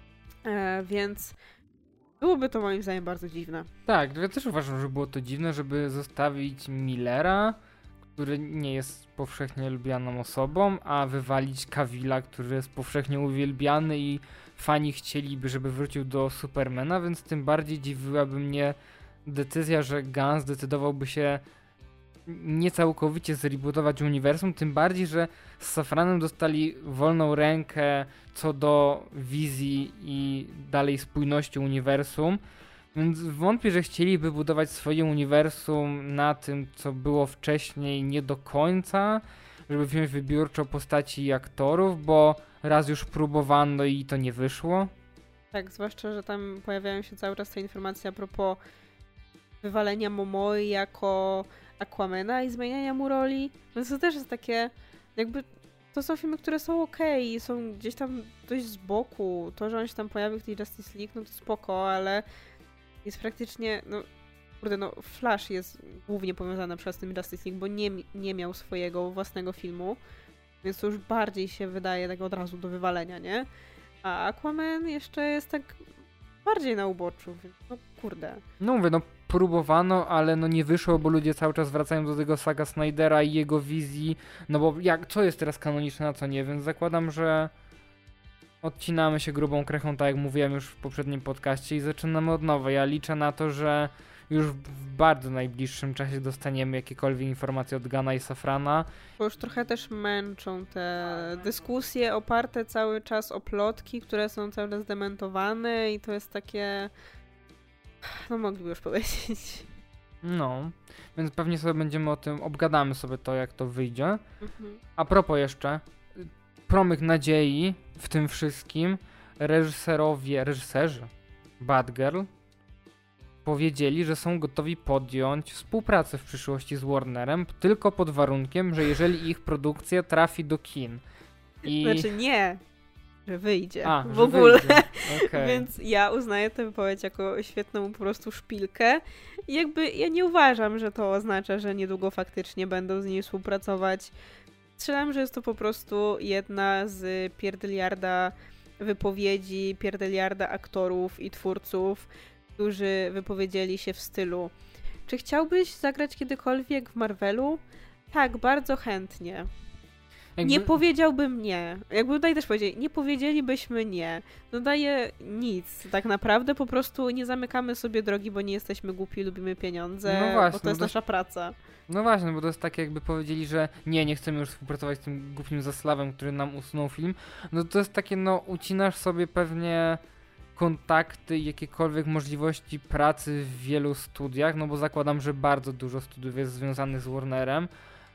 Więc byłoby to moim zdaniem bardzo dziwne. Tak, ja też uważam, że było to dziwne, żeby zostawić Millera, który nie jest powszechnie lubianą osobą, a wywalić Cavilla, który jest powszechnie uwielbiany i fani chcieliby, żeby wrócił do Supermana, więc tym bardziej dziwiłaby mnie decyzja, że Gunn zdecydowałby się nie całkowicie zrebootować uniwersum, tym bardziej, że z Safranem dostali wolną rękę co do wizji i dalej spójności uniwersum, więc wątpię, że chcieliby budować swoje uniwersum na tym, co było wcześniej nie do końca, żeby wziąć wybiórczo postaci i aktorów, bo raz już próbowano i to nie wyszło. Tak, zwłaszcza, że tam pojawiają się cały czas te informacje a propos wywalenia Momoi jako Aquamana i zmieniania mu roli, więc to też jest takie, jakby to są filmy, które są okej, są gdzieś tam dość z boku, to, że on się tam pojawił w tej Justice League, no to spoko, ale jest praktycznie, no kurde, no Flash jest głównie powiązany przez tym Justice League, bo nie miał swojego własnego filmu, więc to już bardziej się wydaje tak od razu do wywalenia, nie? A Aquaman jeszcze jest tak bardziej na uboczu, więc no kurde. No mówię, no próbowano, ale no nie wyszło, bo ludzie cały czas wracają do tego Zacka Snydera i jego wizji, no bo co jest teraz kanoniczne, a co nie, więc zakładam, że odcinamy się grubą krechą, tak jak mówiłem już w poprzednim podcaście i zaczynamy od nowa. Ja liczę na to, że już w bardzo najbliższym czasie dostaniemy jakiekolwiek informacje od Gunna i Safrana. Bo już trochę też męczą te dyskusje oparte cały czas o plotki, które są cały czas dementowane i to jest takie... No mogliby już powiedzieć. No, więc pewnie sobie będziemy o tym, obgadamy sobie to, jak to wyjdzie. Mhm. A propos jeszcze, promyk nadziei w tym wszystkim, reżyserzy Batgirl powiedzieli, że są gotowi podjąć współpracę w przyszłości z Warnerem, tylko pod warunkiem, że jeżeli ich produkcja trafi do kin. Znaczy nie, że wyjdzie w że ogóle. Wyjdzie. Okay. Więc ja uznaję tę wypowiedź jako świetną po prostu szpilkę. I jakby ja nie uważam, że to oznacza, że niedługo faktycznie będą z nimi współpracować. Strzelam, że jest to po prostu jedna z pierdyliarda wypowiedzi, pierdyliarda aktorów i twórców, którzy wypowiedzieli się w stylu: czy chciałbyś zagrać kiedykolwiek w Marvelu? Tak, bardzo chętnie. Nie powiedziałbym nie. Jakby tutaj też powiedzieli, nie powiedzielibyśmy nie. No daje nic. Tak naprawdę po prostu nie zamykamy sobie drogi, bo nie jesteśmy głupi, lubimy pieniądze, no właśnie, bo to jest nasza praca. No właśnie, bo to jest tak jakby powiedzieli, że nie chcemy już współpracować z tym głupim Zasławem, który nam usunął film. No to jest takie, no ucinasz sobie pewnie kontakty, jakiekolwiek możliwości pracy w wielu studiach, no bo zakładam, że bardzo dużo studiów jest związanych z Warnerem,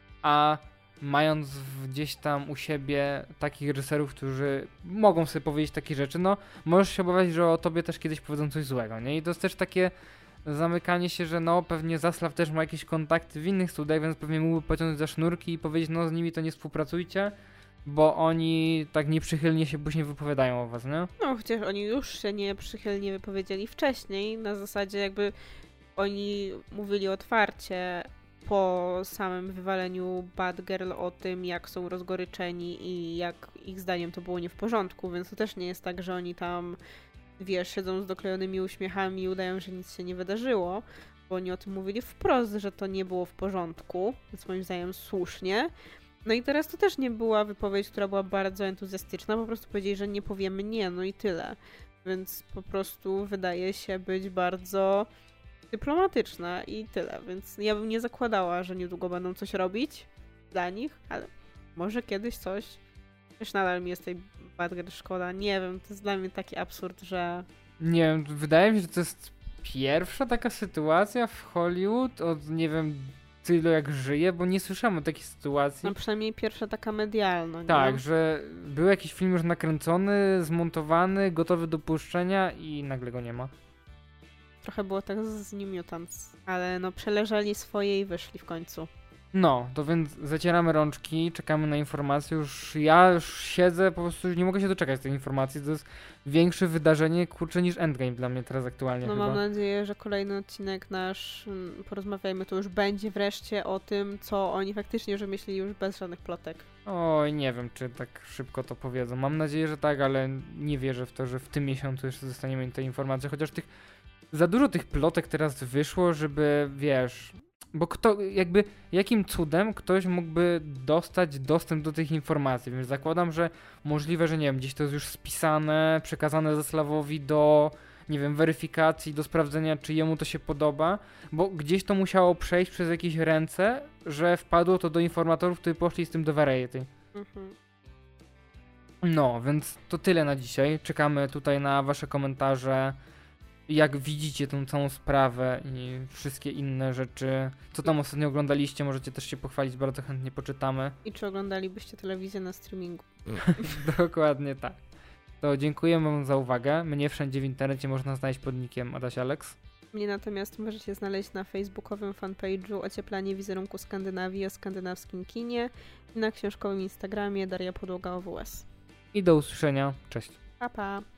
a mając gdzieś tam u siebie takich reżyserów, którzy mogą sobie powiedzieć takie rzeczy, no możesz się obawiać, że o tobie też kiedyś powiedzą coś złego, nie? I to jest też takie zamykanie się, że no pewnie Zaslav też ma jakieś kontakty w innych studiach, więc pewnie mógłby pociągnąć za sznurki i powiedzieć, no z nimi to nie współpracujcie, bo oni tak nieprzychylnie się później wypowiadają o was, nie? No chociaż oni już się nieprzychylnie wypowiedzieli wcześniej, na zasadzie jakby oni mówili otwarcie po samym wywaleniu Batgirl o tym, jak są rozgoryczeni i jak ich zdaniem to było nie w porządku, więc to też nie jest tak, że oni tam, wiesz, siedzą z doklejonymi uśmiechami i udają, że nic się nie wydarzyło, bo oni o tym mówili wprost, że to nie było w porządku, więc moim zdaniem słusznie. No i teraz to też nie była wypowiedź, która była bardzo entuzjastyczna, po prostu powiedzieli, że nie powiemy nie, no i tyle. Więc po prostu wydaje się być bardzo dyplomatyczna i tyle, więc ja bym nie zakładała, że niedługo będą coś robić dla nich, ale może kiedyś coś. Też nadal mi jest tej Badger szkoda. Nie wiem, to jest dla mnie taki absurd, że... Nie wiem, wydaje mi się, że to jest pierwsza taka sytuacja w Hollywood od nie wiem tyle jak żyję, bo nie słyszałem o takiej sytuacji. No przynajmniej pierwsza taka medialna, nie? Tak, że był jakiś film już nakręcony, zmontowany, gotowy do puszczenia i nagle go nie ma. Trochę było tak z New Mutants, ale no przeleżeli swoje i wyszli w końcu. No, to więc zacieramy rączki, czekamy na informacje. Ja już siedzę, po prostu już nie mogę się doczekać tej informacji. To jest większe wydarzenie, kurczę, niż Endgame dla mnie teraz aktualnie No chyba. mam nadzieję, że kolejny odcinek nasz, porozmawiajmy, to już będzie wreszcie o tym, co oni faktycznie już wymyślili już bez żadnych plotek. Oj, nie wiem, czy tak szybko to powiedzą. Mam nadzieję, że tak, ale nie wierzę w to, że w tym miesiącu jeszcze dostaniemy te informacje, chociaż za dużo tych plotek teraz wyszło, żeby, wiesz... Bo jakim cudem ktoś mógłby dostać dostęp do tych informacji? Więc zakładam, że możliwe, że nie wiem, gdzieś to jest już spisane, przekazane Zaslawowi do, nie wiem, weryfikacji, do sprawdzenia, czy jemu to się podoba, bo gdzieś to musiało przejść przez jakieś ręce, że wpadło to do informatorów, którzy poszli z tym do Variety. Mhm. No, więc to tyle na dzisiaj. Czekamy tutaj na wasze komentarze. Jak widzicie tą całą sprawę i wszystkie inne rzeczy, co tam ostatnio oglądaliście, możecie też się pochwalić, bardzo chętnie poczytamy. I czy oglądalibyście telewizję na streamingu? Dokładnie tak. To dziękujemy wam za uwagę. Mnie wszędzie w internecie można znaleźć pod nickiem Adaś Alex. Mnie natomiast możecie znaleźć na facebookowym fanpage'u Ocieplanie wizerunku Skandynawii o skandynawskim kinie i na książkowym Instagramie Daria Podłoga OWS. I do usłyszenia. Cześć. Pa, pa!